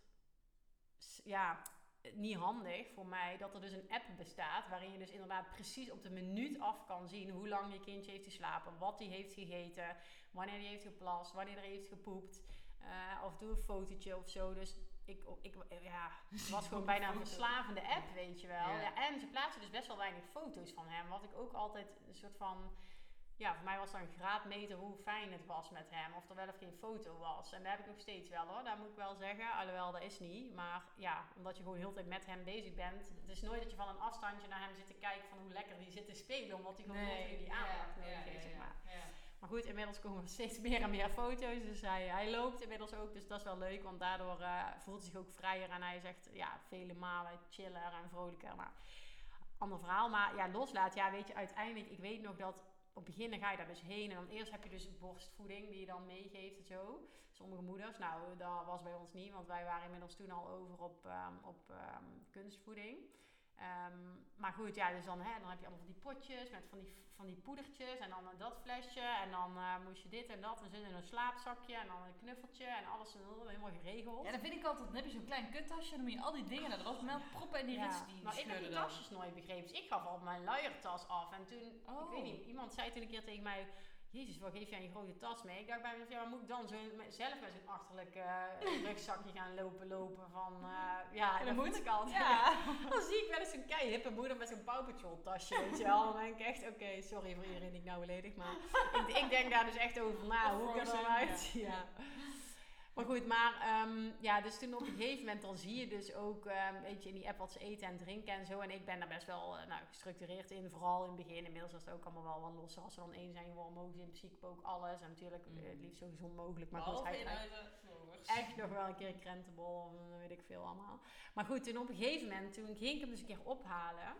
ja, niet handig voor mij dat er dus een app bestaat waarin je dus inderdaad precies op de minuut af kan zien hoe lang je kindje heeft geslapen, wat hij heeft gegeten, wanneer hij heeft geplast, wanneer hij heeft gepoept, uh, of doe een fotootje of zo. Dus ik, ik ja, het was gewoon bijna een verslavende app, weet je wel. Ja. Ja, en ze plaatsen dus best wel weinig foto's van hem, wat ik ook altijd een soort van... Ja, voor mij was dat een graadmeter hoe fijn het was met hem. Of er wel of geen foto was. En dat heb ik nog steeds wel hoor. Dat moet ik wel zeggen. Alhoewel, dat is niet. Maar ja, omdat je gewoon de hele tijd met hem bezig bent. Het is nooit dat je van een afstandje naar hem zit te kijken van hoe lekker die zit te spelen. Omdat hij gewoon Nee, continu die ja, aandacht nodig ja, heeft, ja, zeg maar. ja. Maar goed, inmiddels komen er steeds meer en meer foto's. Dus hij, hij loopt inmiddels ook. Dus dat is wel leuk. Want daardoor uh, voelt hij zich ook vrijer. En hij is echt ja, vele malen chiller en vrolijker. Nou, ander verhaal. Maar ja, loslaat. Ja, weet je, uiteindelijk. Ik weet nog dat... Op het begin ga je daar dus heen en dan eerst heb je dus borstvoeding die je dan meegeeft en zo. Sommige moeders, nou dat was bij ons niet, want wij waren inmiddels toen al over op, um, op um, kunstvoeding. Um, maar goed, ja, dus dan, hè, dan heb je allemaal van die potjes met van die, van die poedertjes en dan uh, dat flesje. En dan uh, moest je dit en dat en zit in een slaapzakje en dan een knuffeltje en alles helemaal geregeld. Ja, dat vind ik altijd. Dan heb je zo'n klein kuttasje en dan moet je al die dingen, dat was melk proppen en die Ja. rits die Nou, ik heb die dan. tasjes nooit begrepen. Dus ik gaf al mijn luiertas af. En toen, Oh. ik weet niet, iemand zei toen een keer tegen mij... Jezus, wat geef jij een grote tas mee? Ik dacht bij mezelf, ja, moet ik dan zo, zelf met zo'n achterlijk uh, rugzakje gaan lopen, lopen van, uh, ja, en dat moet moet ik altijd. Ja. Dan zie ik wel eens een kei hippe moeder met zo'n Paw Patrol tasje, weet je wel. Dan denk ik echt, oké, okay, sorry voor iedereen die ik nou beledig, maar ik, ik denk daar dus echt over na, hoe ik er dan uitzie. Ja. Maar goed, maar um, ja, dus toen op een gegeven moment dan zie je dus ook, um, weet je, in die app wat ze eten en drinken en zo. En ik ben daar best wel uh, nou, gestructureerd in, vooral in het begin. Inmiddels was het ook allemaal wel wat losser. Als ze dan één zijn geworden, mogen ze in principe ook alles. En natuurlijk mm. uh, het liefst zo gezond mogelijk. Maar goed, hij krijgt echt nog wel een keer een krentenbol of uh, weet ik veel allemaal. Maar goed, toen op een gegeven moment, toen ging ik hem dus een keer ophalen.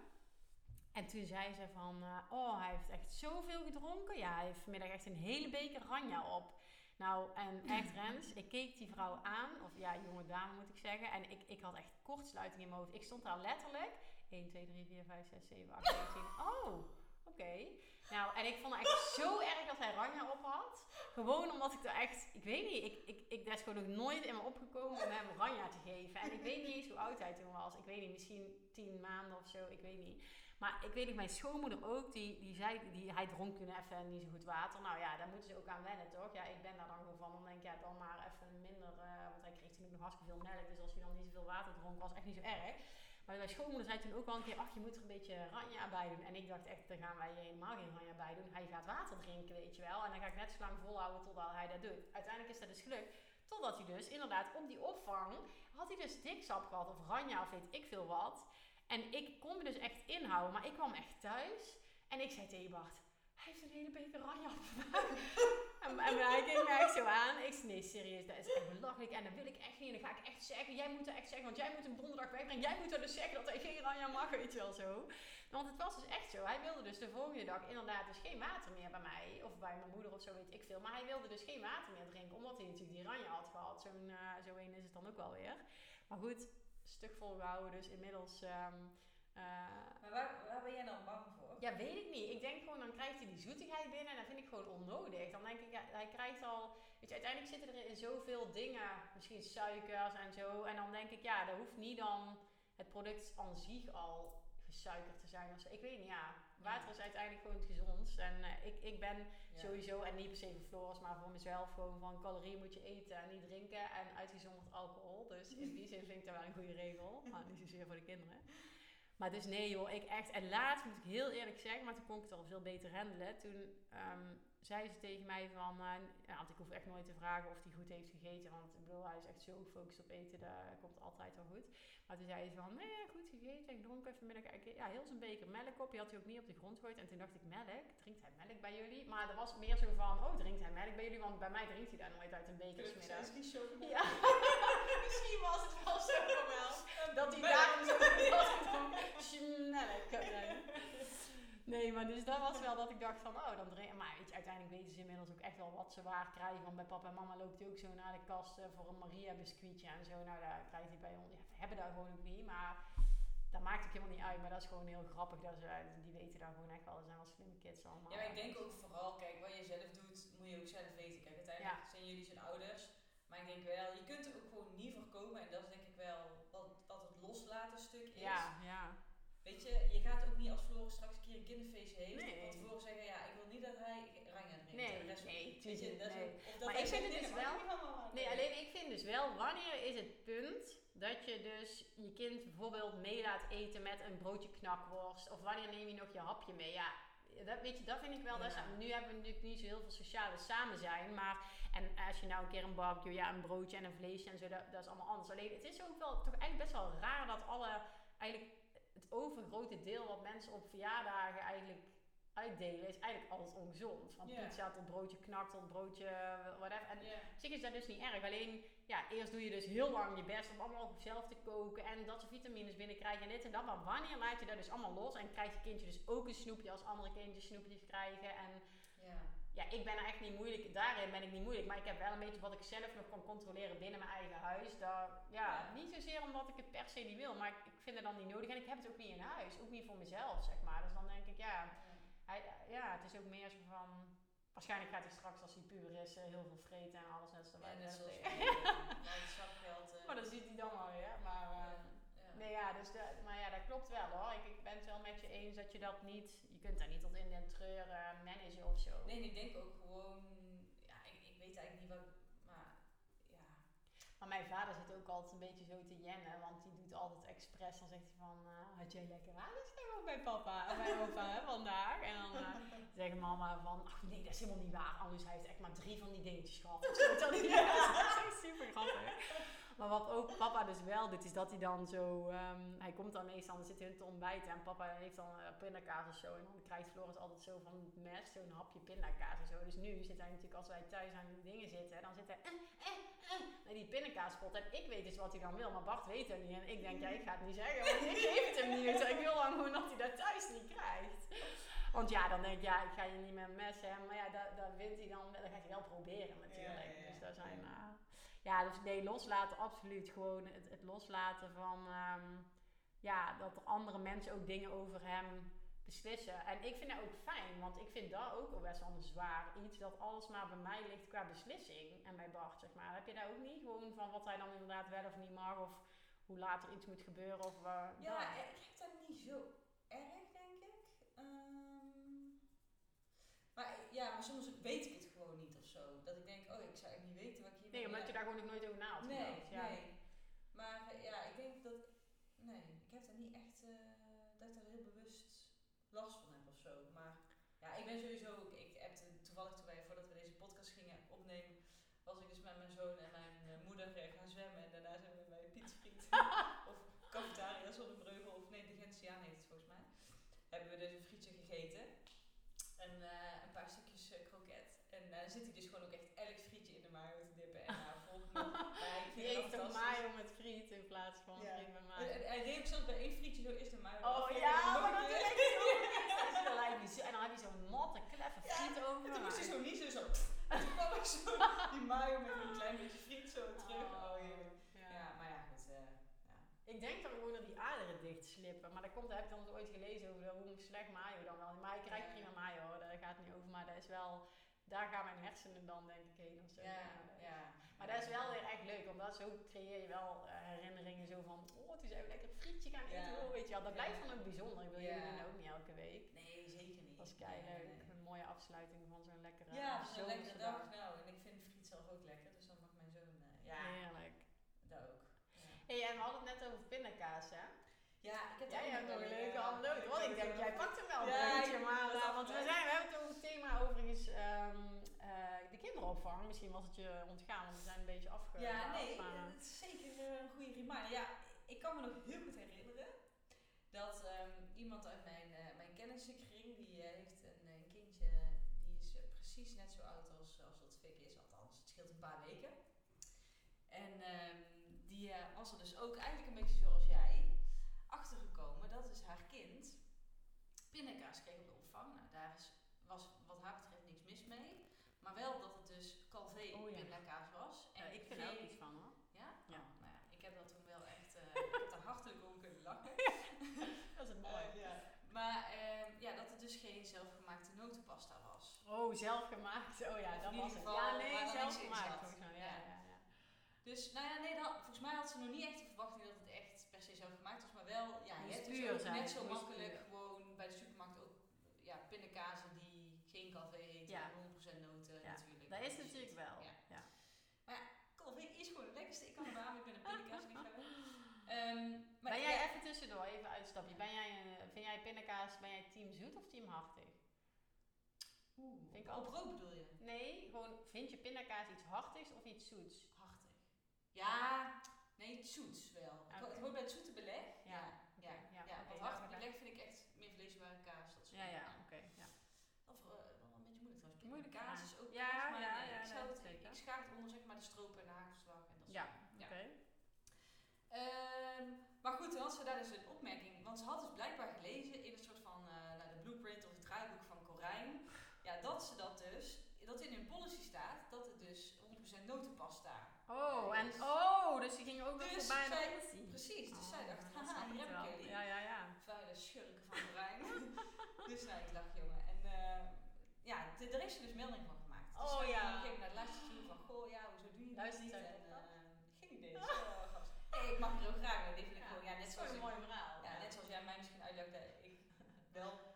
En toen zei ze van, uh, oh, hij heeft echt zoveel gedronken. Ja, hij heeft vanmiddag echt een hele beker Ranja op. Nou, en echt Rens, ik keek die vrouw aan, of ja, jonge dame moet ik zeggen, en ik, ik had echt kortsluiting in mijn hoofd. Ik stond daar letterlijk, één, twee, drie, vier, vijf, zes, zeven, acht, negen, tien, oh, oké. Okay. Nou, en ik vond het echt zo erg dat hij Ranja op had. Gewoon omdat ik er echt, ik weet niet, ik, ik, ik daar is gewoon nog nooit in me opgekomen om hem Ranja te geven. En ik weet niet eens hoe oud hij toen was, ik weet niet, misschien tien maanden of zo, ik weet niet. Maar ik weet niet, mijn schoonmoeder ook, die, die zei, die, hij dronk toen even niet zo goed water. Nou ja, daar moeten ze ook aan wennen, toch? Ja, ik ben daar dan gewoon van. Dan denk ik, ja, dan maar even minder, uh, want hij kreeg toen ook nog hartstikke veel melk. Dus als hij dan niet zoveel water dronk, was echt niet zo erg. Maar mijn schoonmoeder zei toen ook al een keer, ach, je moet er een beetje Ranja bij doen. En ik dacht echt, daar gaan wij helemaal geen Ranja bij doen. Hij gaat water drinken, weet je wel. En dan ga ik net zo lang volhouden totdat hij dat doet. Uiteindelijk is dat dus gelukt. Totdat hij dus inderdaad op die opvang, had hij dus diksap gehad of Ranja of weet ik veel wat. En ik kon me dus echt inhouden, maar ik kwam echt thuis en ik zei tegen Bart, hij heeft een hele beker Ranja opgemaakt. en, en hij keek me echt zo aan. Ik zei, nee, serieus, dat is echt belachelijk en dat wil ik echt niet. En dan ga ik echt zeggen, jij moet dat echt zeggen, want jij moet hem donderdag wegbrengen. Jij moet dat dus zeggen dat hij geen Ranja mag, weet je wel zo. Want het was dus echt zo. Hij wilde dus de volgende dag inderdaad dus geen water meer bij mij. Of bij mijn moeder of zo, weet ik veel. Maar hij wilde dus geen water meer drinken, omdat hij natuurlijk die Ranja had gehad. Zo'n, uh, zo een is het dan ook wel weer. Maar goed, stuk volgehouden, dus inmiddels... Um, uh, maar waar, waar ben jij dan bang voor? Ja, weet ik niet. Ik denk gewoon, dan krijgt hij die zoetigheid binnen en dat vind ik gewoon onnodig. Dan denk ik, ja, hij krijgt al... Weet je, uiteindelijk zitten er in zoveel dingen, misschien suikers en zo. En dan denk ik, ja, dat hoeft niet dan het product aan zich al gesuikerd te zijn. Of zo. Ik weet niet, ja. Water is uiteindelijk gewoon het gezondst. En uh, ik, ik ben ja. sowieso, en niet per se voor Floris, maar voor mezelf gewoon van calorieën moet je eten en niet drinken. En uitgezonderd alcohol. Dus in die zin vind ik dat wel een goede regel. Maar niet zozeer voor de kinderen. Maar dus nee joh, ik echt, en laatst moet ik heel eerlijk zeggen, maar toen kon ik het al veel beter handelen. Toen um, zei ze tegen mij van, uh, ja, want ik hoef echt nooit te vragen of hij goed heeft gegeten. Want ik bedoel, hij is echt zo gefocust op eten, dat komt altijd wel goed. Maar toen zei ze van, nee, goed gegeten. Ik dronk even vanmiddag, ja, heel zijn beker melk op. Die had hij ook niet op de grond gegooid. En toen dacht ik, melk? Drinkt hij melk bij jullie? Maar er was meer zo van, oh, drinkt hij melk bij jullie? Want bij mij drinkt hij daar nooit uit een beker 's middags. Ja, misschien was het wel zo wel. Dat hij daarom zo melk. Nee, maar dus dat was wel dat ik dacht van, oh, dan drink. Maar weet je, uiteindelijk weten ze inmiddels ook echt wel wat ze waar krijgen. Want bij papa en mama loopt hij ook zo naar de kast uh, voor een Maria biscuitje en zo. Nou, daar krijgt hij bij ons. Ja, we hebben daar gewoon ook niet, maar dat maakt ook helemaal niet uit. Maar dat is gewoon heel grappig. Dat ze, die weten daar gewoon echt wel. Dat zijn wel slimme kids allemaal. Ja, maar ik denk ook vooral, kijk, wat je zelf doet, moet je ook zelf weten. Kijk, uiteindelijk ja. zijn jullie zijn ouders. Maar ik denk wel, je kunt er ook gewoon niet voorkomen. En dat is denk ik wel wat, wat het loslaten stuk is. Ja, ja. Weet je, je gaat ook niet als Floris straks een keer een kinderfeest heeft. Nee. Want tevoren zeggen, ja, ik wil niet dat hij Ranja drinkt. Nee, de rest nee, weet je, dat nee. Is, of dat maar ik vind het dus wel... wel Nee, alleen ik vind dus wel, wanneer is het punt dat je dus je kind bijvoorbeeld mee laat eten met een broodje knakworst. Of wanneer neem je nog je hapje mee? Ja, dat, weet je, dat vind ik wel. Ja. Dat is, nu hebben we natuurlijk niet zo heel veel sociale samen zijn. Maar, en als je nou een keer een barbecue, ja, een broodje en een vleesje en zo, dat, dat is allemaal anders. Alleen het is ook wel toch eigenlijk best wel raar dat alle, eigenlijk het overgrote deel wat mensen op verjaardagen eigenlijk uitdelen is eigenlijk alles ongezond. Van yeah. pizza tot broodje knak tot broodje whatever. En yeah. op zich is dat dus niet erg. Alleen, ja, eerst doe je dus heel lang je best om allemaal zelf te koken en dat ze vitamines binnenkrijgen en dit en dat. Maar wanneer laat je dat dus allemaal los en krijgt je kindje dus ook een snoepje als andere kindjes snoepjes krijgen? En yeah. ja, ik ben er echt niet moeilijk. Daarin ben ik niet moeilijk. Maar ik heb wel een beetje wat ik zelf nog kan controleren binnen mijn eigen huis. Daar, ja, yeah. niet zozeer omdat ik het per se niet wil, maar ik, ik vind het dan niet nodig. En ik heb het ook niet in huis. Ook niet voor mezelf, zeg maar. Dus dan denk ik, ja... Hij, ja, het is ook meer zo van... Waarschijnlijk gaat hij straks als hij puber is uh, heel veel vreten en alles net zoals wij net zoals uh, maar dat ziet hij dan wel weer. Maar uh, ja, ja. nee ja, dus de, maar ja, dat klopt wel hoor. Ik, ik ben het wel met je eens dat dat je dat niet, je kunt daar niet tot in den treuren managen of zo. Nee, en ik denk ook gewoon, ja, ik, ik weet eigenlijk niet wat, maar ja. Maar mijn vader zit ook altijd een beetje zo te jennen, want die doet altijd expres. Dan zegt hij van, uh, had jij lekker ademstijl bij papa, of bij opa hè, vandaag? En dan uh, zegt mama van, ach nee, dat is helemaal niet waar. Anders hij heeft echt maar drie van die dingetjes gehad. Of zo. Dat is echt super grappig. Maar wat ook papa dus wel doet, is dat hij dan zo... Um, hij komt dan meestal, dan zit hij te ontbijten en papa heeft dan uh, pindakaas of zo. En dan krijgt Floris altijd zo van het mes, zo'n hapje pindakaas en zo. Dus nu zit hij natuurlijk, als wij thuis aan die dingen zitten, dan zit hij eh, eh, eh, naar die pindakaaspot. En ik weet dus wat hij dan wil, maar Bart weet het niet. En ik denk, ja, ik ga het niet zeggen, want ik geef het hem niet. Ik wil dan gewoon dat hij dat thuis niet krijgt. Want ja, dan denk ik, ja, ik ga je niet met een mes hebben. Maar ja, dat, dat wint hij dan, dat gaat hij wel proberen natuurlijk. Ja, ja, ja. Dus daar zijn... Uh, Ja, dus nee, loslaten, absoluut. Gewoon het, het loslaten van... Um, ja, dat er andere mensen ook dingen over hem beslissen. En ik vind dat ook fijn, want ik vind dat ook al best wel een zwaar iets. Dat alles maar bij mij ligt qua beslissing. En bij Bart, zeg maar. Heb je dat ook niet? Gewoon van wat hij dan inderdaad wel of niet mag. Of hoe later iets moet gebeuren. Of, uh, ja, dat. Ik heb dat niet zo erg, denk ik. Um, maar ja, maar soms weet ik het gewoon niet of zo. Dat ik denk, oh, ik zou echt niet weten wat ik hier... Nee, omdat je daar gewoon nog nooit over na had Nee, gedacht. Ja. nee. Maar uh, ja, ik denk dat... Nee, ik heb daar niet echt... Uh, dat ik daar heel bewust last van heb of zo. Maar ja, ik ben sowieso... Ik heb toevallig toen wij, voordat we deze podcast gingen opnemen... was ik dus met mijn zoon en mijn uh, moeder uh, gaan zwemmen. En daarna zijn we bij Piet Friet of Cafetaria Zonnebreugel. Of nee, de Gentiaan heet het volgens mij. Hebben we dus een frietje gegeten. En uh, een paar stukjes uh, kroket. En uh, dan zit hij dus gewoon ook echt elk frietje in de mayo te dippen. En uh, volgt me. Die eet toch mayo met friet in plaats van ja. friet met mayo. En hij deed ook zelfs bij één frietje zo eerst de mayo. Oh ja, maar dat is echt zo. En dan heb je zo'n natte, kleffe friet ja, over. En toen moest hij zo niezen, zo. En toen kwam ik zo die mayo met een klein beetje friet zo terug. Oh, oh heerlijk. Ja. ja, maar ja, goed. Uh, ja. Ik denk dan gewoon dat die aderen dicht slippen. Maar dat komt, dat heb ik dan ooit gelezen over hoe slecht mayo dan wel. Maar ik krijg prima mayo hoor, daar gaat het niet over. Maar dat is wel, daar gaan mijn hersenen dan denk ik heen of zo. Ja, ja. Maar dat is wel weer echt leuk, omdat zo creëer je wel uh, herinneringen zo van, oh toen zijn we lekker een frietje gaan eten. Ja. Oh, weet je wel, dat blijft ja. dan ook bijzonder. Ik wil ja. jullie ook niet elke week. Nee, zeker niet. Dat is kei leuk. Nee, nee. Een mooie afsluiting van zo'n lekkere ja, zo'n lekkere dag. dag. Nou, en ik vind friet zelf ook lekker, dus dan mag mijn zoon. Uh, ja, heerlijk. Dat ook. Ja. Hey, en we hadden het net over pindakaas, hè? Ja, ik heb jij hebt nog een leuke ja, anekdote. Want ik denk, jij pakt hem wel een ja, beetje, maar uh, want we, zijn, we hebben het over het thema overigens um, uh, de kinderopvang. Misschien was het je ontgaan, want we zijn een beetje afgehaald. Ja, nee, maar, uh, dat is zeker een goede reminder. Ja, ik kan me nog heel goed herinneren dat um, iemand uit mijn, uh, mijn kennissenkring, die uh, heeft een, een kindje, die is uh, precies net zo oud als, als dat Fik is, althans het scheelt een paar weken. En um, die uh, was er dus ook eigenlijk een beetje zoals jij achtergekomen dat is haar kind pindakaas kreeg op de opvang. Nou, daar is, was wat haar betreft niks mis mee. Maar wel dat het dus Calvé oh, ja. pindakaas was. En ja, ik vind er ook iets van hoor. Ja? Ja. Oh, nou ja, ik heb dat toen wel echt, uh, ik heb daar hartelijk om kunnen lachen. Dat is het mooi. Uh, ja. Maar uh, ja, dat het dus geen zelfgemaakte notenpasta was. Oh, zelfgemaakt. Oh ja, dat was het. Ja, nee, zelfgemaakt volgens mij. Ja, ja, ja. Dus, nou ja, nee, dat, volgens mij had ze nog niet echt de verwachting dat het echt per se zelf gemaakt was, maar wel, ja, je hebt dus ook net zo makkelijk stuur. Gewoon bij de supermarkt ook, ja, pindakazen die geen Calvé heet, ja. honderd procent noten ja. natuurlijk. Dat is natuurlijk wel, ja. ja. Maar ja, Calvé is gewoon het lekkerste, ik kan het beamen, ik ben een pindakaasliefhebber. um, Ben jij, ja. even tussendoor, even uitstapje, ben jij, vind jij pindakaas, ben jij team zoet of team hartig? Oeh, vind ik op brood bedoel je? Nee, gewoon, vind je pindakaas iets hartigs of iets zoets? Hartig. Ja, nee, het zoets wel. Okay. Het hoort bij het zoete beleg. Ja, ja. ja, ja, ja. Okay, want hartig beleg vind ik echt meer vleesbare kaas. Dat soort ja, ja, oké. Okay, ja. Of uh, wel een beetje moeilijk trouwens. Moeilijk kaas is ook ja, kaas, maar ja, nee, ja, ik, zou nee, het, zeker. ik schaar het onder zeg maar de stroop en de hagelslag en dat soort ja, oké. Okay. Um, maar goed, dan had ze daar dus een opmerking. Want ze had dus blijkbaar gelezen in een soort van uh, nou, de blueprint of het draaiboek van Corijn. Ja, dat ze dat dus, dat in hun policy staat, dat het dus honderd procent notenpasta. Oh, en oh, dus die gingen ook nog dus voorbij zij, de policy. Precies, dus oh, zij dacht, ja, haha, hier heb ik jullie. Ja, ja, ja. Vuile schurken van Corijn. Dus nou, ik dacht, jongen. En uh, ja, de, er is er dus melding van gemaakt. Dus oh ja. Dus ik naar de laatste toe van, goh, ja, hoezo doe je dat niet? En uh, geen idee. Zo, hey, ik mag er heel graag, maar dit vind ik gewoon, ja, net zoals een mooi verhaal. Ja, net zoals jij mij misschien uitlegt dat ik wel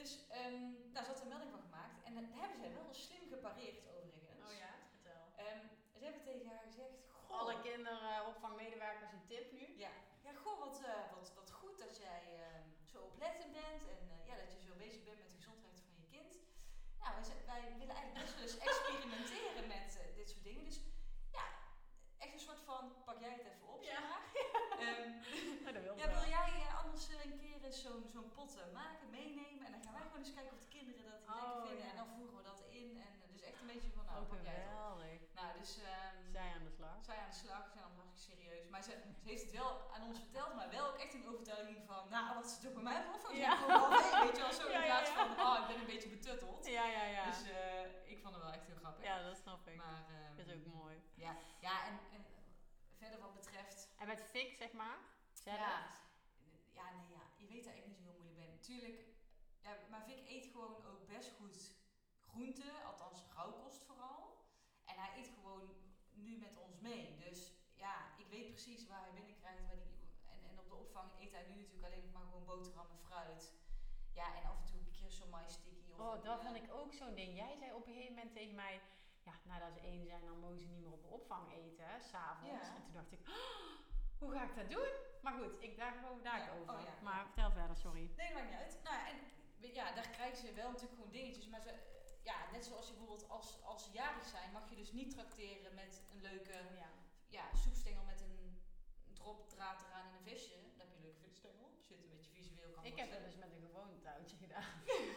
Dus um, daar zat een melding van gemaakt. En dat hebben zij wel slim gepareerd overigens. Oh ja, vertel. Um, ze hebben tegen haar gezegd... Voor alle kinderopvangmedewerkers een tip nu. Ja, ja goh, wat, uh, wat, wat goed dat jij uh, zo oplettend bent. En uh, ja, dat je zo bezig bent met de gezondheid van je kind. Nou, wij, wij willen eigenlijk best wel eens experimenteren met uh, dit soort dingen. Dus ja, echt een soort van, pak jij het even op, zeg maar. Um, ja, dat wil, ja, wil jij uh, anders uh, een keer eens zo'n zo'n pot uh, maken, meenemen. En dan gaan wij gewoon eens kijken of de kinderen dat oh, lekker vinden. Ja. En dan voeren we dat in. En uh, dus echt een beetje van, nou, oh, pak jij het op. geweldig. Nou, dus... Um, zij aan de slag. Zij aan de slag, ze zijn al hartstikke serieus. Maar ze, ze heeft het wel aan ons verteld, maar wel ook echt een overtuiging van, nou, wat ze toch bij mij wel van ja. gewoon al mee, weet je wel, zo ja, in plaats ja, ja. van, oh, ik ben een beetje betutteld. Ja, ja, ja. Dus uh, ik vond het wel echt heel grappig. Ja, dat snap ik. Maar, um, dat is ook mooi. Ja, ja en, en verder wat betreft... En met Fik, zeg maar? Zelf? Ja, ja, nee, ja, je weet dat ik niet zo heel moeilijk ben. Tuurlijk, ja, maar Fik eet gewoon ook best goed groenten, althans rauwkost vooral. En hij eet gewoon nu met ons mee. Dus ja, ik weet precies waar hij binnenkrijgt. Waar die, en, en op de opvang eet hij nu natuurlijk alleen nog maar gewoon boterham en fruit. Ja, en af en toe een keer zo'n maïstikkie. Oh, een, dat uh, vond ik ook zo'n ding. Jij zei op een gegeven moment tegen mij, ja, nadat ze één zijn, dan mogen ze niet meer op de opvang eten, s'avonds. Ja. En toen dacht ik, oh, hoe ga ik dat doen? Maar goed, ik dacht gewoon daar Ja, over. oh ja, maar ja. vertel verder, sorry. Nee, dat maakt niet uit. Nou ja, en ja, daar krijgen ze wel natuurlijk gewoon dingetjes. Maar ze, ja, net zoals je bijvoorbeeld als, als ze jarig zijn, mag je dus niet trakteren met een leuke Oh, ja. ja, soepstengel met een drop draad eraan en een visje. Dan heb je een leuke visstengel. Zit een beetje visueel kan Ik heb het dus met een gewoon touwtje gedaan.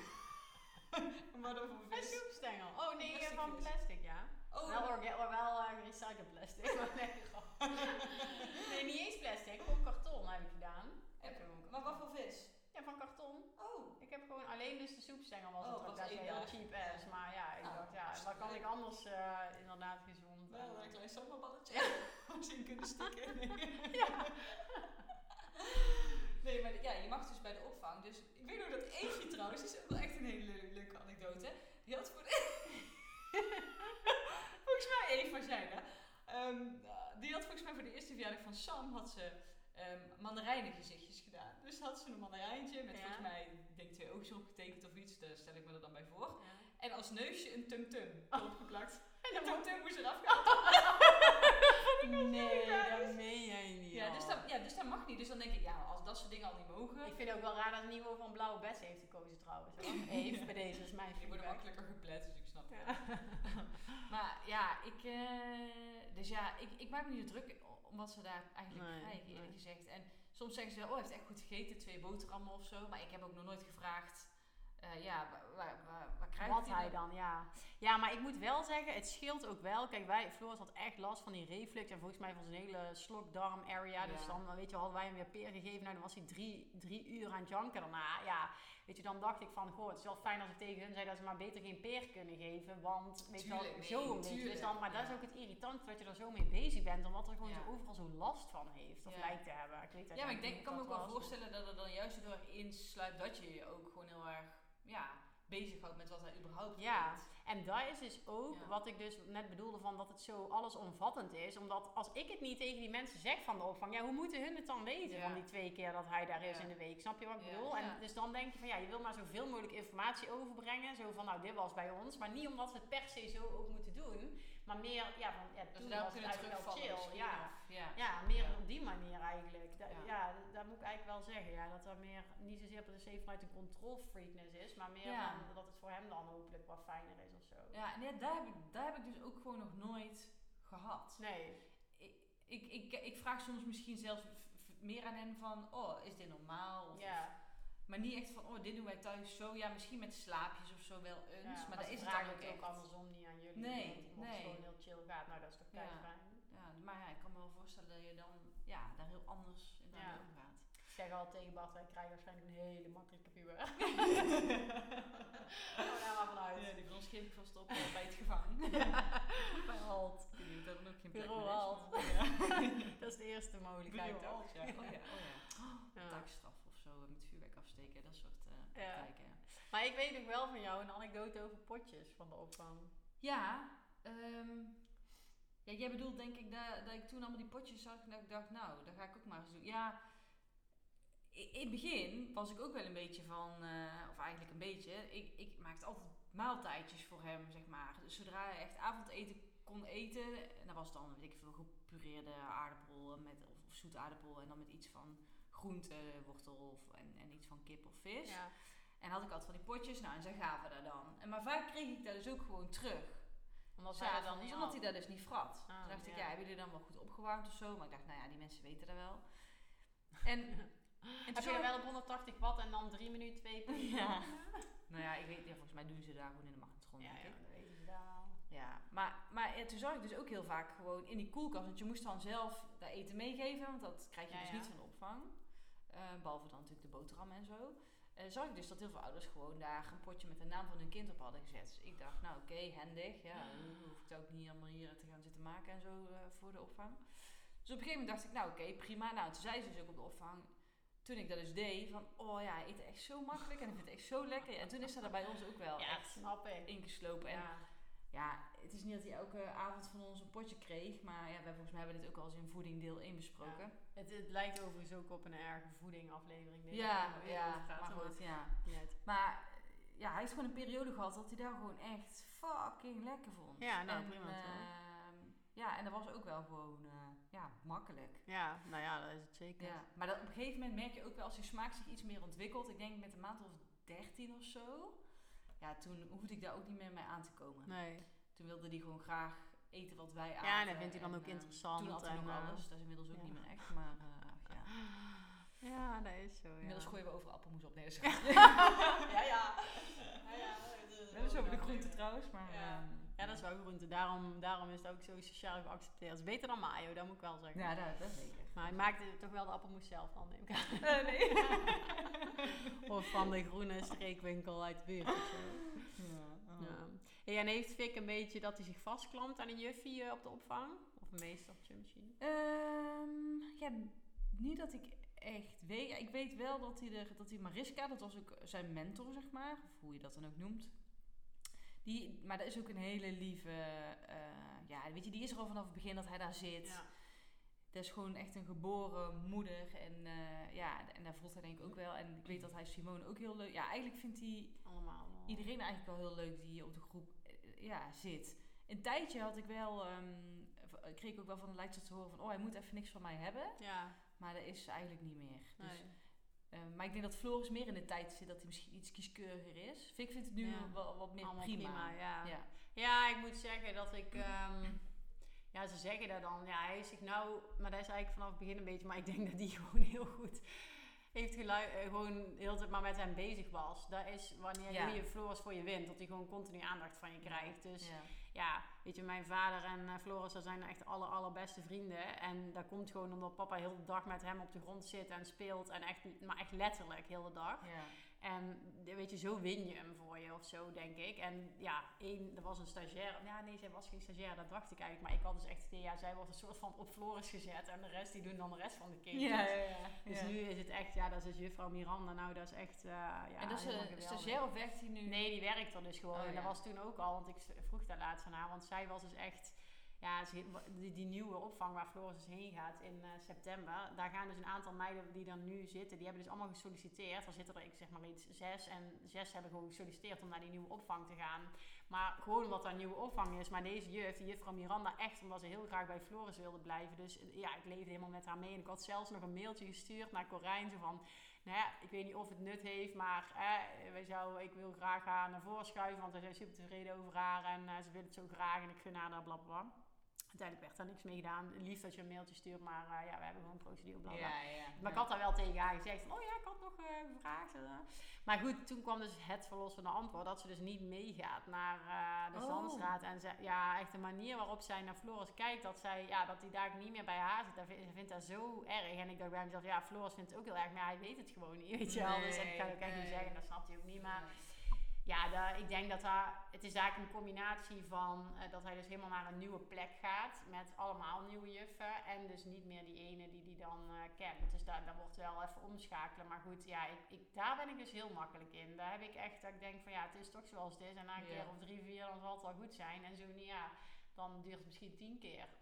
Maar dan voor Een vis. soepstengel. Oh nee, Plastic van vis. plastic, ja. Oh, Wel, orga- or, wel uh, gerecycled plastic. Maar nee, gewoon. Nee, niet eens plastic, gewoon karton heb ik gedaan. en, Ik heb gewoon maar wat karton. voor vis? Ja, van karton. Oh, Ik heb gewoon alleen dus de soepstengel was Oh, het was ook. Dat is één heel dag. cheap ass. Maar ja, ik Oh, dacht, ja, hartstikke wat kan leuk. ik anders uh, inderdaad gezond. wel en, een uh, klein sambaballetje. Wat ze in kunnen stikken. ja. Nee, maar ja, je mag dus bij de opvang. Dus ik weet nog dat Eefje trouwens, is ook wel echt een hele leuke, leuke anekdote. Die had voor de... volgens mij Eva zei dat. Um, die had volgens mij voor de eerste verjaardag van Sam had ze um, mandarijnengezichtjes gedaan. Dus had ze een mandarijntje met Ja. volgens mij, ik denk twee oogjes opgetekend of iets. Daar stel ik me er dan bij voor. Ja. En als neusje een tum-tum erop geplakt. En De dan moet... tum-tum moest eraf gaan. Nee, dat meen jij niet. Ja, joh. dus dat, ja, dus dat mag niet. Dus dan denk ik, ja, als dat soort dingen al niet mogen. Ik vind het ook wel raar dat ze niet over een blauwe bets heeft gekozen trouwens. Even bij deze is mijn Die worden feedback. makkelijker geplet, dus ik snap het. Ja. Maar ja, ik, uh, dus ja, ik, ik maak me niet zo druk om wat ze daar eigenlijk Nee, krijgen, eerlijk nee. gezegd. En soms zeggen ze wel, oh, hij heeft echt goed gegeten, twee boterhammen of zo. Maar ik heb ook nog nooit gevraagd, uh, ja, waar, waar, waar, waar krijgt Wat hij hij dan, ja. Ja, maar ik moet wel zeggen, het scheelt ook wel. Kijk, wij, Floris had echt last van die reflux. En volgens mij van zijn hele slokdarm area. Dus Ja. dan, weet je, hadden wij hem weer peer gegeven. Nou, dan was hij drie, drie uur aan het janken daarna. Ja, weet je, dan dacht ik van, goh, het is wel fijn als ik tegen hun zei dat ze maar beter geen peer kunnen geven. Want, weet je wel, Tuurlijk, nee, zo een beetje. tuurlijk, Dus dan, maar dat is ja. ook het irritant dat je er zo mee bezig bent. Omdat er gewoon Ja. zo overal zo last van heeft. Of Ja. lijkt te hebben. Ik weet Ja, maar ik eigenlijk denk, niet ik kan me of ook dat wel was. voorstellen dat er dan juist door insluit dat je je ook gewoon heel erg, ja, bezighoudt met wat hij überhaupt Ja. eet. En dat is dus ook Ja. wat ik dus net bedoelde van dat het zo allesomvattend is. Omdat als ik het niet tegen die mensen zeg van de opvang, ja, hoe moeten hun het dan weten Ja. van die twee keer dat hij daar is Ja. in de week? Snap je wat ik Ja. bedoel? En Ja. dus dan denk je van ja, je wil maar zoveel mogelijk informatie overbrengen. Zo van nou, dit was bij ons. Maar niet omdat ze het per se zo ook moeten doen. Maar meer, ja, van ja, Dat toen ze daarop was het kunnen eigenlijk wel terugvallen chill. misschien, Ja. of- ja. Ja, meer Ja. op die manier eigenlijk. Da- Ja. ja, d- dat moet ik eigenlijk wel zeggen. Ja, dat er meer, niet zozeer per se vanuit een controlfreakness is, maar meer Ja. van dat het voor hem dan hopelijk wat fijner is of zo. Ja, en ja, daar, heb ik, daar heb ik dus ook gewoon nog nooit gehad. Nee. Ik, ik, ik, ik vraag soms misschien zelfs v- v- meer aan hen van, oh, is dit normaal? Of, Ja. maar niet echt van, oh, dit doen wij thuis zo. Ja, misschien met slaapjes of zo wel eens, Ja, maar dat ze is het vragen dan ook het echt. ook andersom niet aan jullie. Nee, want iemand nee. gewoon heel chill gaat. Nou, dat is toch Ja. kei fijn. Ja, maar ja, ik kan me wel voorstellen dat je dan ja, daar heel anders in Ja. omgaat. Ik zeg al tegen Bart, wij krijgen waarschijnlijk een hele makkelijke puber. Gaan we daar maar vanuit. Ja, die van ons geef ik vast op eh, bij het gevangen. Bij Halt. Ik weet niet of dat dan ook geen plek Bureau meer is, Halt. maar- Ja. Dat is de eerste mogelijkheid Bureau toch? Halt, ja. Oh ja, oh ja. Ja. Taakstraf of zo, eh, met vuurwerk afsteken, dat soort eh Ja. praktijken. Ja, Maar ik weet nog wel van jou een anekdote over potjes van de opvang. ja, ehm, ja jij bedoelt denk ik dat, dat ik toen allemaal die potjes zag en dat ik dacht, nou, dat ga ik ook maar eens doen. Ja, in het begin was ik ook wel een beetje van, uh, of eigenlijk een beetje, ik, ik maakte altijd maaltijdjes voor hem, zeg maar. Dus zodra hij echt avondeten kon eten, en dat was dan, weet ik veel, gepureerde aardappel met, of, of zoete aardappel en dan met iets van groente, wortel of, en, en iets van kip of vis. Ja. En had ik altijd van die potjes, nou en zij gaven daar dan. En maar vaak kreeg ik dat dus ook gewoon terug. Omdat Dus hij ja, dat dan niet omdat had. hij dat dus niet vrat. Ah, Toen dacht ik, ja. ja, hebben jullie dan wel goed opgewarmd of zo? Maar ik dacht, nou ja, die mensen weten dat wel. En, en Heb je er wel op honderdtachtig watt en dan drie minuten twee per Ja. Nou ja, ik weet, ja, volgens mij doen ze daar gewoon in de magnetron, Ja, denk ja, ik. dat weten ze daar al. Ja, maar, maar ja, toen zag ik dus ook heel vaak gewoon in die koelkast. Want je moest dan zelf dat eten meegeven, want dat krijg je Ja, dus ja. niet van de opvang. Uh, behalve dan natuurlijk de boterham en zo. Uh, zag ik dus dat heel veel ouders gewoon daar een potje met de naam van hun kind op hadden gezet. Dus ik dacht, nou oké, okay, handig. Ja, dan hoef ik het ook niet allemaal hier te gaan zitten maken en zo uh, voor de opvang. Dus op een gegeven moment dacht ik, nou oké, okay, prima. Nou, toen zei ze dus ook op de opvang, toen ik dat dus deed, van oh ja, hij eet echt zo makkelijk en ik vind het echt zo lekker. En toen is dat er bij ons ook wel Ja, echt snap ik. ingeslopen. En Ja. ja, het is niet dat hij elke avond van ons een potje kreeg, maar ja, wij volgens mij hebben dit ook al eens in voeding deel één besproken. Ja. Het, het lijkt overigens ook op een erge voeding aflevering. Denk Ja, ik, waar we ja, over praten, maar goed, ja. Niet. Maar ja, hij heeft gewoon een periode gehad dat hij daar gewoon echt fucking lekker vond. Ja, nou en, prima toch. Uh, ja, en dat was ook wel gewoon, uh, ja, makkelijk. Ja, nou ja, dat is het zeker. Ja, maar dat, op een gegeven moment merk je ook wel als je smaak zich iets meer ontwikkelt. Ik denk met een maand of dertien of zo. Ja, toen hoefde ik daar ook niet meer mee aan te komen. Nee. Toen wilde hij gewoon graag eten wat wij aten. Ja, en dat vindt hij dan en, ook uh, interessant. Toen had hij en, nog uh, alles. Dat is inmiddels ook ja. niet meer echt, maar uh, ja. Ja, dat is zo, ja. Inmiddels gooien we overal appelmoes op. Nee, dat is ja, ja, ja. ja, ja dat is over de groente trouwens, maar... Ja. Um, ja, dat is wel groente. Daarom, daarom is het ook zo sociaal geaccepteerd. Het is beter dan mayo, dat moet ik wel zeggen. Ja, dat, dat zeker. Maar hij maakte toch wel de appelmoes zelf dan, neem ik aan. Uh, nee. Of van de groene streekwinkel uit de buurt of zo. Ja, oh. Ja. Hey, en heeft Vic een beetje dat hij zich vastklampt aan een juffie uh, op de opvang? Of een meestertje misschien? Um, ja, niet dat ik echt weet. Ja, ik weet wel dat hij, er, dat hij Mariska, dat was ook zijn mentor, zeg maar. Of hoe je dat dan ook noemt. Die, maar dat is ook een hele lieve... Uh, ja, weet je, die is er al vanaf het begin dat hij daar zit. Ja. Dat is gewoon echt een geboren moeder. En uh, ja, en daar voelt hij denk ik ook wel. En ik weet dat hij Simone ook heel leuk... Ja, eigenlijk vindt hij allemaal wel. Iedereen eigenlijk wel heel leuk die op de groep uh, ja, zit. Een tijdje had ik wel... Um, kreeg ik ook wel van de leidster te horen van... Oh, hij moet even niks van mij hebben. Ja. Maar dat is eigenlijk niet meer. Dus, Nee. uh, maar ik denk dat Floris meer in de tijd zit dat hij misschien iets kieskeuriger is. Vic vindt het nu Ja. wel wat meer Allemaal prima. prima ja. Ja. Ja, ik moet zeggen dat ik... Um, ja, ze zeggen dat dan. Ja, hij is zich nou... Maar dat is eigenlijk vanaf het begin een beetje... Maar ik denk dat hij gewoon heel goed... heeft geluid, uh, gewoon de hele tijd maar met hem bezig was. Dat is wanneer Ja. je Floris voor je wint. Dat hij gewoon continu aandacht van je krijgt. Dus... Ja. Ja, weet je, mijn vader en uh, Floris, dat zijn echt aller, allerbeste vrienden. En dat komt gewoon omdat papa heel de dag met hem op de grond zit en speelt. En echt, maar echt letterlijk heel de dag. Ja. En weet je, zo win je hem voor je of zo, denk ik. En ja, één, er was een stagiair. Ja, nee, zij was geen stagiair, dat dacht ik eigenlijk. Maar ik had dus echt het idee, ja, zij wordt een soort van op Floris gezet. En de rest, die doen dan de rest van de kindjes. Ja, ja, ja. Dus ja. nu is het echt, ja, dat is juffrouw Miranda. Nou, dat is echt, uh, ja, En dat is helemaal een geweldig. stagiair of werkt hij nu? Nee, die werkt er dus gewoon. Oh, en dat ja. was toen ook al, want ik vroeg daar laatst van haar. Want zij was dus echt... Ja, die, die nieuwe opvang waar Floris dus heen gaat in uh, september. Daar gaan dus een aantal meiden die er nu zitten. Die hebben dus allemaal gesolliciteerd. Er zitten er, ik zeg maar iets, zes. En zes hebben gewoon gesolliciteerd om naar die nieuwe opvang te gaan. Maar gewoon omdat er een nieuwe opvang is. Maar deze juf, die juffrouw Miranda, echt omdat ze heel graag bij Floris wilde blijven. Dus ja, ik leefde helemaal met haar mee. En ik had zelfs nog een mailtje gestuurd naar Corijn. Zo van, nou ja, ik weet niet of het nut heeft. Maar eh, wij zou, ik wil graag haar naar voren schuiven. Want wij zijn super tevreden over haar. En uh, ze wil het zo graag. En ik gun haar daar blablabla. Uiteindelijk werd daar niks mee gedaan. Lief dat je een mailtje stuurt, maar uh, ja, we hebben gewoon een procedure, blablabla. Ja, ja, maar ja. ik had daar wel tegen haar gezegd van, oh ja, ik had nog uh, gevraagd. Uh. Maar goed, toen kwam dus het verlossende antwoord dat ze dus niet meegaat naar uh, de Oh. Zandstraat. En ze, ja, echt de manier waarop zij naar Floris kijkt, dat zij, ja, dat die daar niet meer bij haar zit. Ze vindt dat zo erg. En ik dacht bij mezelf, ja, Floris vindt het ook heel erg, maar hij weet het gewoon niet, weet je wel. Nee, Dus ik ga het ook echt nee. niet zeggen, dat snapt hij ook niet, maar... Nee. Ja, da, ik denk dat daar, het is eigenlijk een combinatie van uh, dat hij dus helemaal naar een nieuwe plek gaat met allemaal nieuwe juffen en dus niet meer die ene die hij dan uh, kent. Dus daar, daar wordt wel even omschakelen. Maar goed, ja, ik, ik, daar ben ik dus heel makkelijk in. Daar heb ik echt, dat ik denk van ja, het is toch zoals het is en na een Ja. keer of drie, vier dan zal het wel goed zijn. En zo niet, ja, dan duurt het misschien tien keer.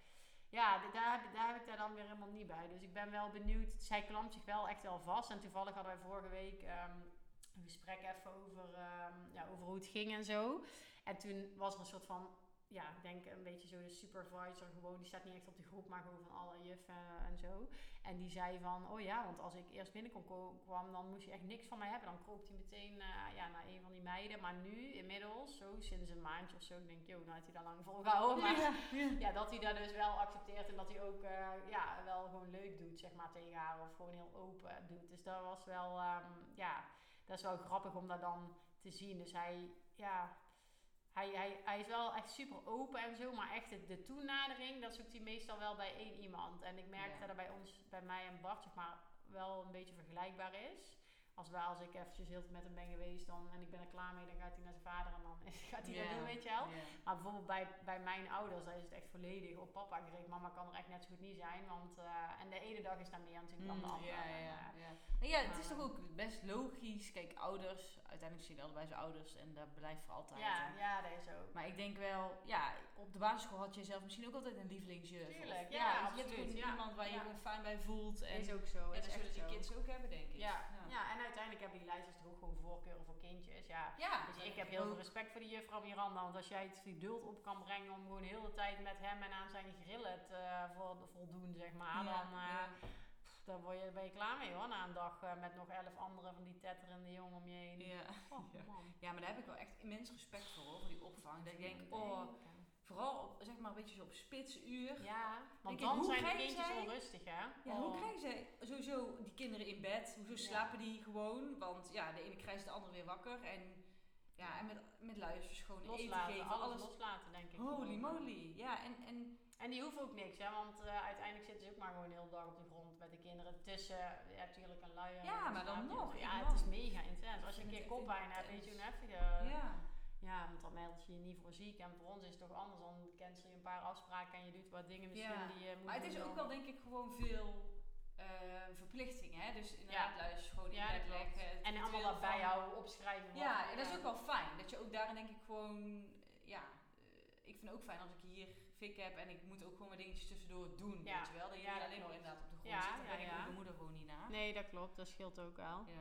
Ja, d- daar, heb, daar heb ik daar dan weer helemaal niet bij. Dus ik ben wel benieuwd. Zij klampt zich wel echt wel vast. En toevallig hadden wij vorige week ehm, een gesprek even over, ehm, ja, over hoe het ging en zo. En toen was er een soort van, ja, ik denk een beetje zo de supervisor gewoon. Die staat niet echt op de groep, maar gewoon van alle juffen en zo. En die zei van, oh ja, want als ik eerst binnenkwam, ko- kwam, dan moest je echt niks van mij hebben. Dan kroop hij meteen eh, ja, naar een van die meiden. Maar nu, inmiddels, zo sinds een maandje of zo, ik denk, joh, nou heeft hij dat lang volgehouden. Maar Ja, ja. ja, dat hij dat dus wel accepteert en dat hij ook eh, ja, wel gewoon leuk doet, zeg maar, tegen haar. Of gewoon heel open doet. Dus dat was wel, ehm, ja, dat is wel grappig om dat dan te zien. Dus hij, ja... Hij, hij, hij is wel echt super open en zo, maar echt de, de toenadering, dat zoekt hij meestal wel bij één iemand. En ik merk Ja. dat er bij ons, bij mij en Bart, zeg maar, wel een beetje vergelijkbaar is. Als, wij, als ik eventjes heel met hem ben geweest dan, en ik ben er klaar mee, dan gaat hij naar zijn vader en dan is, gaat hij Ja. dat doen, weet je wel. Ja. Maar bijvoorbeeld bij, bij mijn ouders, daar is het echt volledig op papa gericht. Mama kan er echt net zo goed niet zijn, want uh, en de ene dag is daar meer natuurlijk dan de Mm, andere. ja, En, ja, uh, ja. Nou ja, het maar, is toch ook best logisch. Kijk, ouders, uiteindelijk zien allebei zijn ouders en dat blijft voor altijd. ja, En- ja, dat is ook. Maar ik denk wel, ja, op de basisschool had je zelf misschien ook altijd een lievelingsjuf. Tuurlijk, Of- ja, je hebt absoluut, gewoon ja. iemand waar je Ja. gewoon fijn bij voelt. En, Is ook zo. en is dat zullen echt die zo. kids ook hebben, denk ik. Ja, ja, en uiteindelijk hebben die leiders toch ook gewoon voorkeuren voor kindjes. Ja. Ja, Dus dat ik denk heb heel ook. veel respect voor die juffrouw Miranda. Want als jij het geduld op kan brengen om gewoon heel de tijd met hem en aan zijn grillen te uh, vol, voldoen, zeg maar. Ja, Dan, uh, ja. pff, dan word je, ben je klaar mee hoor. Na een dag uh, met nog elf andere van die tetterende jongen om je heen. Ja. Oh, Ja. man. Ja, maar daar heb ik wel echt immens respect voor, hoor, voor die opvang. Dat ik denk, oh, vooral op, zeg maar een beetje zo op spitsuur. Ja, want Denk ik, dan hoe zijn de krijgen kindjes zij- onrustig hè. Ja, Oh. hoe krijgen zij sowieso die kinderen in bed? Hoezo Ja. slapen die gewoon? Want ja, de ene krijgt de andere weer wakker. En ja, en met, met luiers gewoon eten Loslaten, geven. alles, Alles. loslaten denk ik. Holy gewoon. moly. Ja, en, en En die hoeven ook niks, hè, want uh, uiteindelijk zitten ze ook maar gewoon de hele dag op de grond met de kinderen tussen, ja, natuurlijk een luier. Ja, en maar dan slaapje. nog, Ja, ik het is man. mega intens. Als je een vind keer het echt koppijn hebt, weet je, intens. een heftige. ja. Ja, want dan meld je je niet voor ziek. En voor ons is het toch anders. Dan cancel je een paar afspraken en je doet wat dingen misschien Ja. die je moet Maar het is doen ook dan. wel denk ik gewoon veel uh, verplichtingen. Hè? Dus inderdaad Ja. luiers gewoon Ja, in dat bed klopt. leggen. En allemaal ritueel wat van- bijhouden, opschrijven. wat Ja, er- en dat is ook wel fijn. Dat je ook daarin denk ik gewoon, uh, ja, uh, ik vind het ook fijn als ik hier fik heb en ik moet ook gewoon mijn dingetjes tussendoor doen, Ja. weet je wel. Dat je Ja, niet dat alleen maar klopt. inderdaad op de grond Ja, zit. Dan ja, ben ik ja. ook mijn moeder gewoon niet na. Nee, dat klopt. Dat scheelt ook wel. Ja.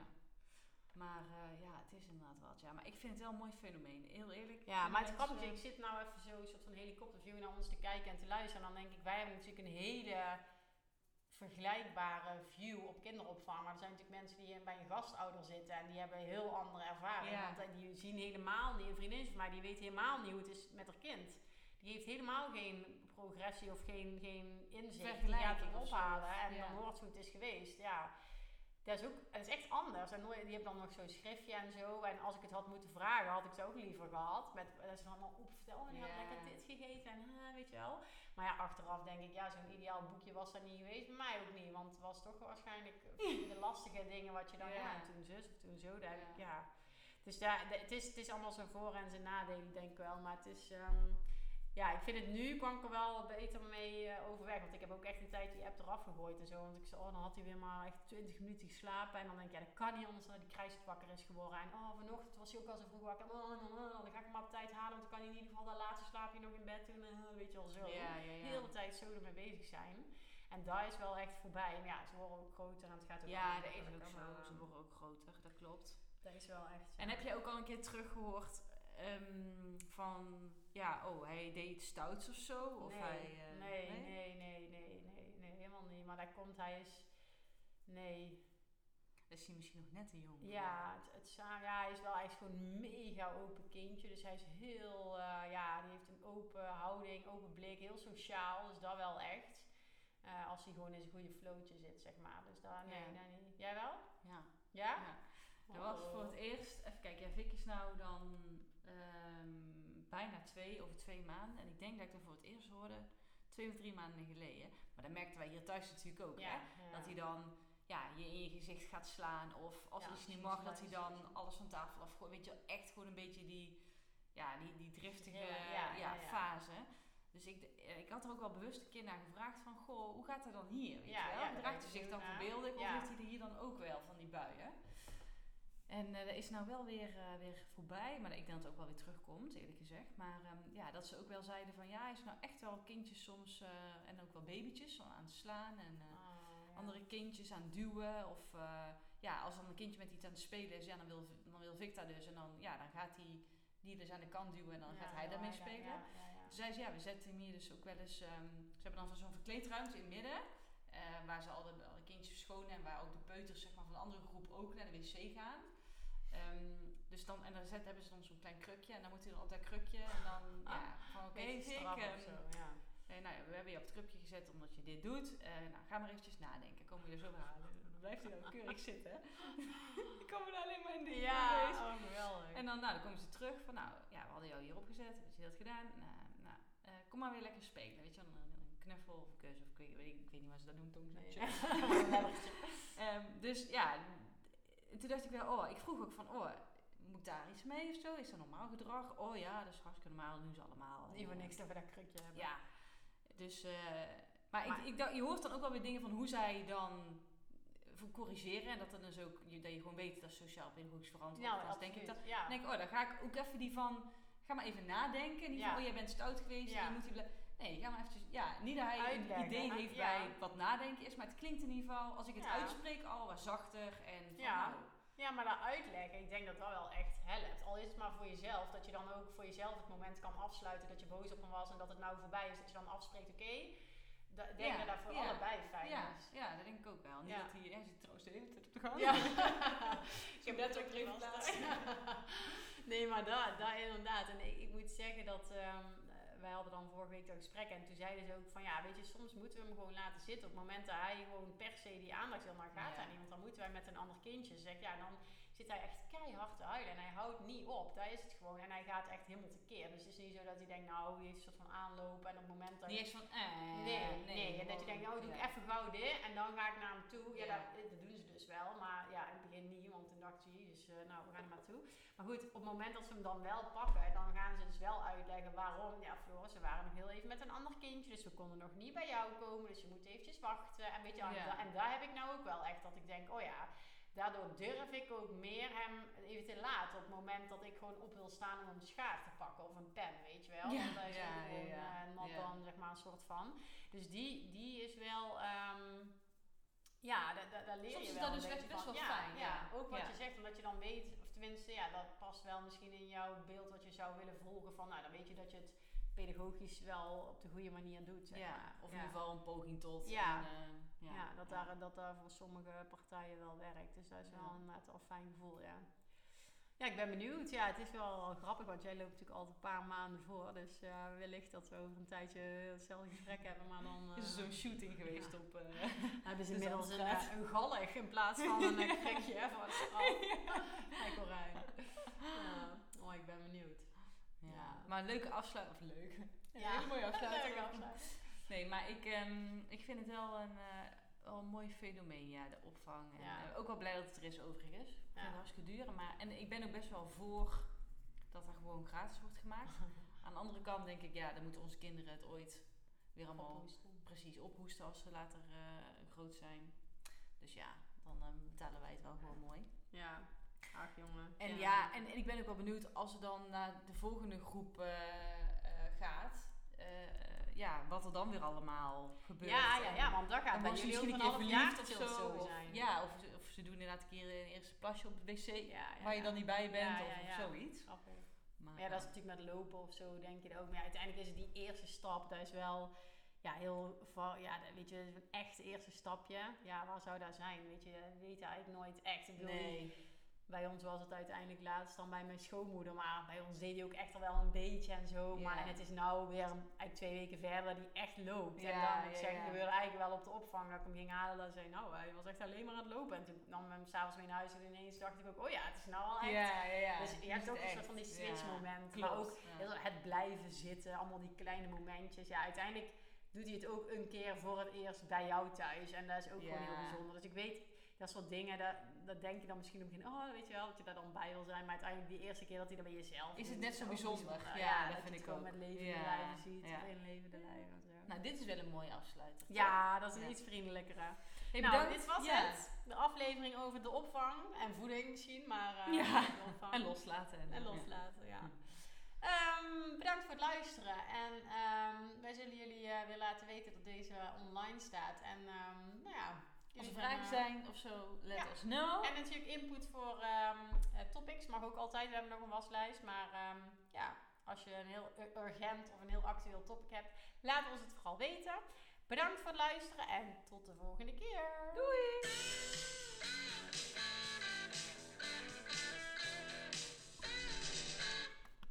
Maar uh, ja, het is inderdaad wat. Ja. Maar ik vind het wel een mooi fenomeen. Heel eerlijk. Ja, vinden maar het mensen- grappige is, ik zit nou even zo een soort van helikopterview naar ons te kijken en te luisteren. En dan denk ik, wij hebben natuurlijk een hele vergelijkbare view op kinderopvang. Maar er zijn natuurlijk mensen die bij een gastouder zitten en die hebben heel andere ervaring. Ja. Want die zien helemaal niet, een vriendin van mij, die weet helemaal niet hoe het is met haar kind. Die heeft helemaal geen progressie of geen, geen inzicht. Die gaat Vergelijking het of zo. ophalen en Ja. dan hoort hoe het is geweest. Ja. Dat is ook, het is echt anders. En nooit- die hebben dan nog zo'n schriftje en zo. En als ik het had moeten vragen, had ik het ook liever gehad. Met, dat ze allemaal op vertellen. En ik had Ja. lekker dit gegeten en uh, weet je wel. Maar ja, achteraf denk ik, ja, zo'n ideaal boekje was er niet geweest. Bij mij ook niet. Want het was toch waarschijnlijk de lastige dingen wat je dan, Ja. ja, toen zus of toen zo. Dat, Ja. ja. Dus daar, de- het, is, het is allemaal zijn voor- en zijn nadelen, denk ik wel. Maar het is, ehm, ja, ik vind het nu, kan ik er wel beter mee uh, overweg. Want ik heb ook echt een tijd die app eraf gegooid en zo. Want ik zei, oh, dan had hij weer maar echt twintig minuten geslapen. En dan denk ik, ja, dat kan niet anders dan dat die krijsend wakker is geworden. En oh, vanochtend was hij ook al zo vroeg wakker. Oh, oh, oh, dan ga ik hem op tijd halen, want dan kan hij in ieder geval dat laatste slaapje nog in bed doen. Uh, weet je wel, zo. Ja, ja, ja. De hele tijd zo ermee bezig zijn. En daar is wel echt voorbij. Maar ja, ze worden ook groter en het gaat ook Ja, wel dat is makkelijker, ook zo. maar, Ze um, worden ook groter, dat klopt. Dat is wel echt. En heb je ook al een keer teruggehoord um, van, ja, oh, hij deed iets stouts of zo? Of nee, hij, uh, nee, nee, nee, nee, nee, nee, nee, helemaal niet. Maar daar komt, hij is, nee. Dat is hij misschien nog net te jong voor. Ja, het, het, sa- ja, hij is wel echt gewoon een mega open kindje. Dus hij is heel, uh, ja, die heeft een open houding, open blik, heel sociaal. Dus dat wel echt. Uh, als hij gewoon in zijn goede flootje zit, zeg maar. Dus daar, nee, Ja. nee, nee. Jij wel? Ja. Ja? Ja. Dat was voor het eerst, even kijken, ja, Vic is nou dan um, bijna twee, over twee maanden. En ik denk dat ik dat voor het eerst hoorde twee of drie maanden geleden. Maar dat merkten wij hier thuis natuurlijk ook, Ja, hè. ja. Dat hij dan, ja, je in je gezicht gaat slaan. Of als Ja, iets niet precies, mag, dat hij precies. dan alles van tafel afgooit. Weet je wel, echt gewoon een beetje die, ja, die, die driftige Ja, ja, ja, ja, ja. fase. Dus ik, ik had er ook wel bewust een keer naar gevraagd van, goh, hoe gaat dat dan hier? Weet Ja, je wel? ja, dat Draagt weet hij ik zich dan ook, ja. voorbeeldig of Ja. heeft hij er hier dan ook wel van die buien? En uh, dat is nou wel weer, uh, weer voorbij. Maar ik denk dat het ook wel weer terugkomt, eerlijk gezegd. Maar um, ja, dat ze ook wel zeiden van... Ja, is nou echt wel kindjes soms... Uh, en ook wel babytjes aan het slaan. En uh, oh, ja. andere kindjes aan het duwen. Of uh, ja, als dan een kindje met iets aan het spelen is... Ja, dan wil, dan wil Victor dus. En dan, ja, dan gaat hij die dus aan de kant duwen. En dan ja, gaat hij daarmee spelen. Ja, ja, ja. Toen zei ze, ja, we zetten hem hier dus ook wel eens... Um, ze hebben dan zo'n verkleedruimte in het midden... Uh, waar ze al de, alle kindjes verschonen en waar ook de peuters zeg maar, van de andere groep ook naar de wc gaan. Um, dus dan, en dan zet, hebben ze dan zo'n klein krukje en dan moet hij dan op dat krukje en dan ah, ja, van oké, okay, ik, um, zo, ja. eh, nou ja, we hebben je op het krukje gezet omdat je dit doet. Uh, nou, ga maar eventjes nadenken, komen we er zo weer aan. Dan blijft hij dan keurig zitten. Ik kom er alleen maar in de ja, oh, geweldig. En dan, nou, dan komen ze terug van, nou, ja, we hadden jou hier opgezet, heb je dat gedaan? Nou, nou uh, kom maar weer lekker spelen, weet je wel. Knuffel of kus of ik weet, ik weet, ik weet niet wat ze dat doen, tongzoentje. Nee. um, dus ja, toen dacht ik wel, oh, ik vroeg ook van, oh, moet daar iets mee of zo? Is dat normaal gedrag? Oh ja, dat is hartstikke normaal, dat doen ze allemaal. Die voor niks dat we dat krukje hebben. Ja, dus, uh, maar, maar ik, ik dacht, je hoort dan ook wel weer dingen van hoe zij dan corrigeren en dat dan dus ook, dat je gewoon weet dat sociaal-pedagogisch verantwoord ja, is. Denk ik dan, ja. denk ik, oh, dan ga ik ook even die van, ga maar even nadenken. Die ja. van, oh, jij bent stout geweest ja. en je moet die Nee, ga maar eventjes, ja, niet dat hij uitleggen, een idee heeft ja. bij wat nadenken is, maar het klinkt in ieder geval, als ik het ja. uitspreek, al wat zachter en van ja. nou. Ja, maar dat uitleggen, ik denk dat dat wel echt helpt. Al is het maar voor jezelf, dat je dan ook voor jezelf het moment kan afsluiten dat je boos op hem was en dat het nou voorbij is, dat je dan afspreekt, oké, okay, ik denk ja. dat dat voor ja. allebei fijn ja. is. Ja, dat denk ik ook wel. Niet ja. dat hij, hij zit trouwens de hele tijd op de gang. Ja. Ik heb net ook even plaats. Nee, maar dat, dat inderdaad. En ik, ik moet zeggen dat... Um, wij hadden dan vorige week dat gesprek en toen zeiden ze ook van ja, weet je, soms moeten we hem gewoon laten zitten. Op het moment dat hij gewoon per se die aandacht wil, maar gaat ja. hij niet. Want dan moeten wij met een ander kindje. Ze zegt ja, dan zit hij echt keihard te huilen en hij houdt niet op. Daar is het gewoon. En hij gaat echt helemaal tekeer. Dus het is niet zo dat hij denkt, nou, die heeft een soort van aanlopen en op het moment dat... Niet eens van, eh... Nee, nee. nee. En dat je denkt, nou, doe ik ja. even gauw dit en dan ga ik naar hem toe. Ja, ja. Dat, dat doen ze dus wel. Maar ja, in het begin niet, want toen dacht je, dus uh, nou, we gaan er maar toe. Maar goed, op het moment dat ze hem dan wel pakken, dan gaan ze dus wel uitleggen waarom. Ja, Floor, ze waren nog heel even met een ander kindje, dus we konden nog niet bij jou komen. Dus je moet eventjes wachten. En weet je, ja. en, da- en daar heb ik nou ook wel echt dat ik denk, oh ja... Daardoor durf ik ook meer hem even te laten op het moment dat ik gewoon op wil staan om een schaar te pakken of een pen, weet je wel. Ja, Want hij is ja, ook gewoon ja, uh, nat ja. dan, zeg maar, een soort van. Dus die, die is wel, um, ja, daar da, da leer Soms je is wel dat een dus beetje best van. wel Ja, fijn. ja, Ja, ook wat ja. je zegt, omdat je dan weet, of tenminste, ja, dat past wel misschien in jouw beeld wat je zou willen volgen van, nou, dan weet je dat je het pedagogisch wel op de goede manier doet. Zeg ja, maar. of ja. in ieder geval een poging tot. Ja. En, uh, Ja, ja, dat, ja. Daar, dat daar voor sommige partijen wel werkt. Dus dat is wel ja. inderdaad wel een fijn gevoel, ja. Ja, ik ben benieuwd. Ja, het is wel grappig, want jij loopt natuurlijk altijd een paar maanden voor. Dus uh, wellicht dat we over een tijdje hetzelfde gesprek hebben, maar dan... Uh, is er zo'n shooting geweest ja. op... Uh, hebben ze inmiddels een, uh, een gallig in plaats van een uh, krikje voor het strand. Kijk hoor, ja. Oh, ik ben benieuwd. Ja. Ja. Maar een leuke afsluiting, of leuk. Ja, ja. Een hele mooie afsluiting. Leuke afsluiting. Nee, maar ik, um, ik vind het wel een, uh, wel een mooi fenomeen, ja, de opvang. En, ja. uh, ook wel blij dat het er is overigens. Ik ja. vind het hartstikke duur. Maar, en ik ben ook best wel voor dat er gewoon gratis wordt gemaakt. Aan de andere kant denk ik, ja, dan moeten onze kinderen het ooit weer allemaal ophoesten. precies ophoesten als ze later uh, groot zijn. Dus ja, dan um, betalen wij het wel gewoon mooi. Ja, ach jongen. En ja, ja en, en ik ben ook wel benieuwd als er dan naar de volgende groep uh, uh, gaat... Uh, ja, wat er dan weer allemaal gebeurt. Ja, ja, ja, want dat gaat bij jullie ook een half jaar of zo, zo of, zijn. Ja, of, of ze doen inderdaad een keer een eerste plasje op het wc, ja, ja, ja, waar je dan niet bij bent, ja, ja, of, ja. of zoiets. Grappig. Maar ja, dat is natuurlijk met lopen of zo, denk je ook. Maar ja, uiteindelijk is het die eerste stap, dat is wel... Ja, heel... Ja, weet je, een echt eerste stapje. Ja, waar zou dat zijn? Weet je, dat weet je eigenlijk nooit echt. Ik bedoel, nee. Bij ons was het uiteindelijk laatst dan bij mijn schoonmoeder. Maar bij ons deed hij ook echt al wel een beetje en zo. Ja. Maar en het is nou weer eigenlijk twee weken verder dat hij echt loopt. Ja, en dan moet ik ja, zeggen, ja. gebeurde eigenlijk wel op de opvang. Dat ik hem ging halen. Dat zei nou, hij was echt alleen maar aan het lopen. En toen nam ik hem s'avonds mee naar huis. En ineens dacht ik ook, oh ja, het is nou al echt. Ja, ja, ja. Dus je hebt ook een echt. soort van die switch Ja. momenten. Klopt. Maar ook ja. het blijven zitten. Allemaal die kleine momentjes. Ja, uiteindelijk doet hij het ook een keer voor het eerst bij jou thuis. En dat is ook ja. gewoon heel bijzonder. Dus ik weet... Dat soort dingen, dat, dat denk je dan misschien op het begin, oh weet je wel, dat je daar dan bij wil zijn. Maar uiteindelijk die eerste keer dat hij er bij jezelf is. Is het doet, net zo bijzonder. bijzonder. Ja, ja, dat, dat vind je ik het ook. met levende ja. lijven ziet, ja. in levende lijven en zo. Nou, dit is wel een mooie afsluiter. Ja, dat is een ja. iets vriendelijkere. Hey, nou, bedankt. dit was Ja. het. De aflevering over de opvang en voeding misschien, maar uh, Ja. de opvang. En loslaten. En ja. loslaten, ja. Um, bedankt voor het luisteren. En um, wij zullen jullie uh, weer laten weten dat deze online staat. En um, nou ja, Als er jullie vragen uh, zijn of zo, let ja. us know. En natuurlijk input voor um, uh, topics. Mag ook altijd. We hebben nog een waslijst. Maar um, ja, als je een heel urgent of een heel actueel topic hebt, laat ons het vooral weten. Bedankt voor het luisteren en tot de volgende keer. Doei!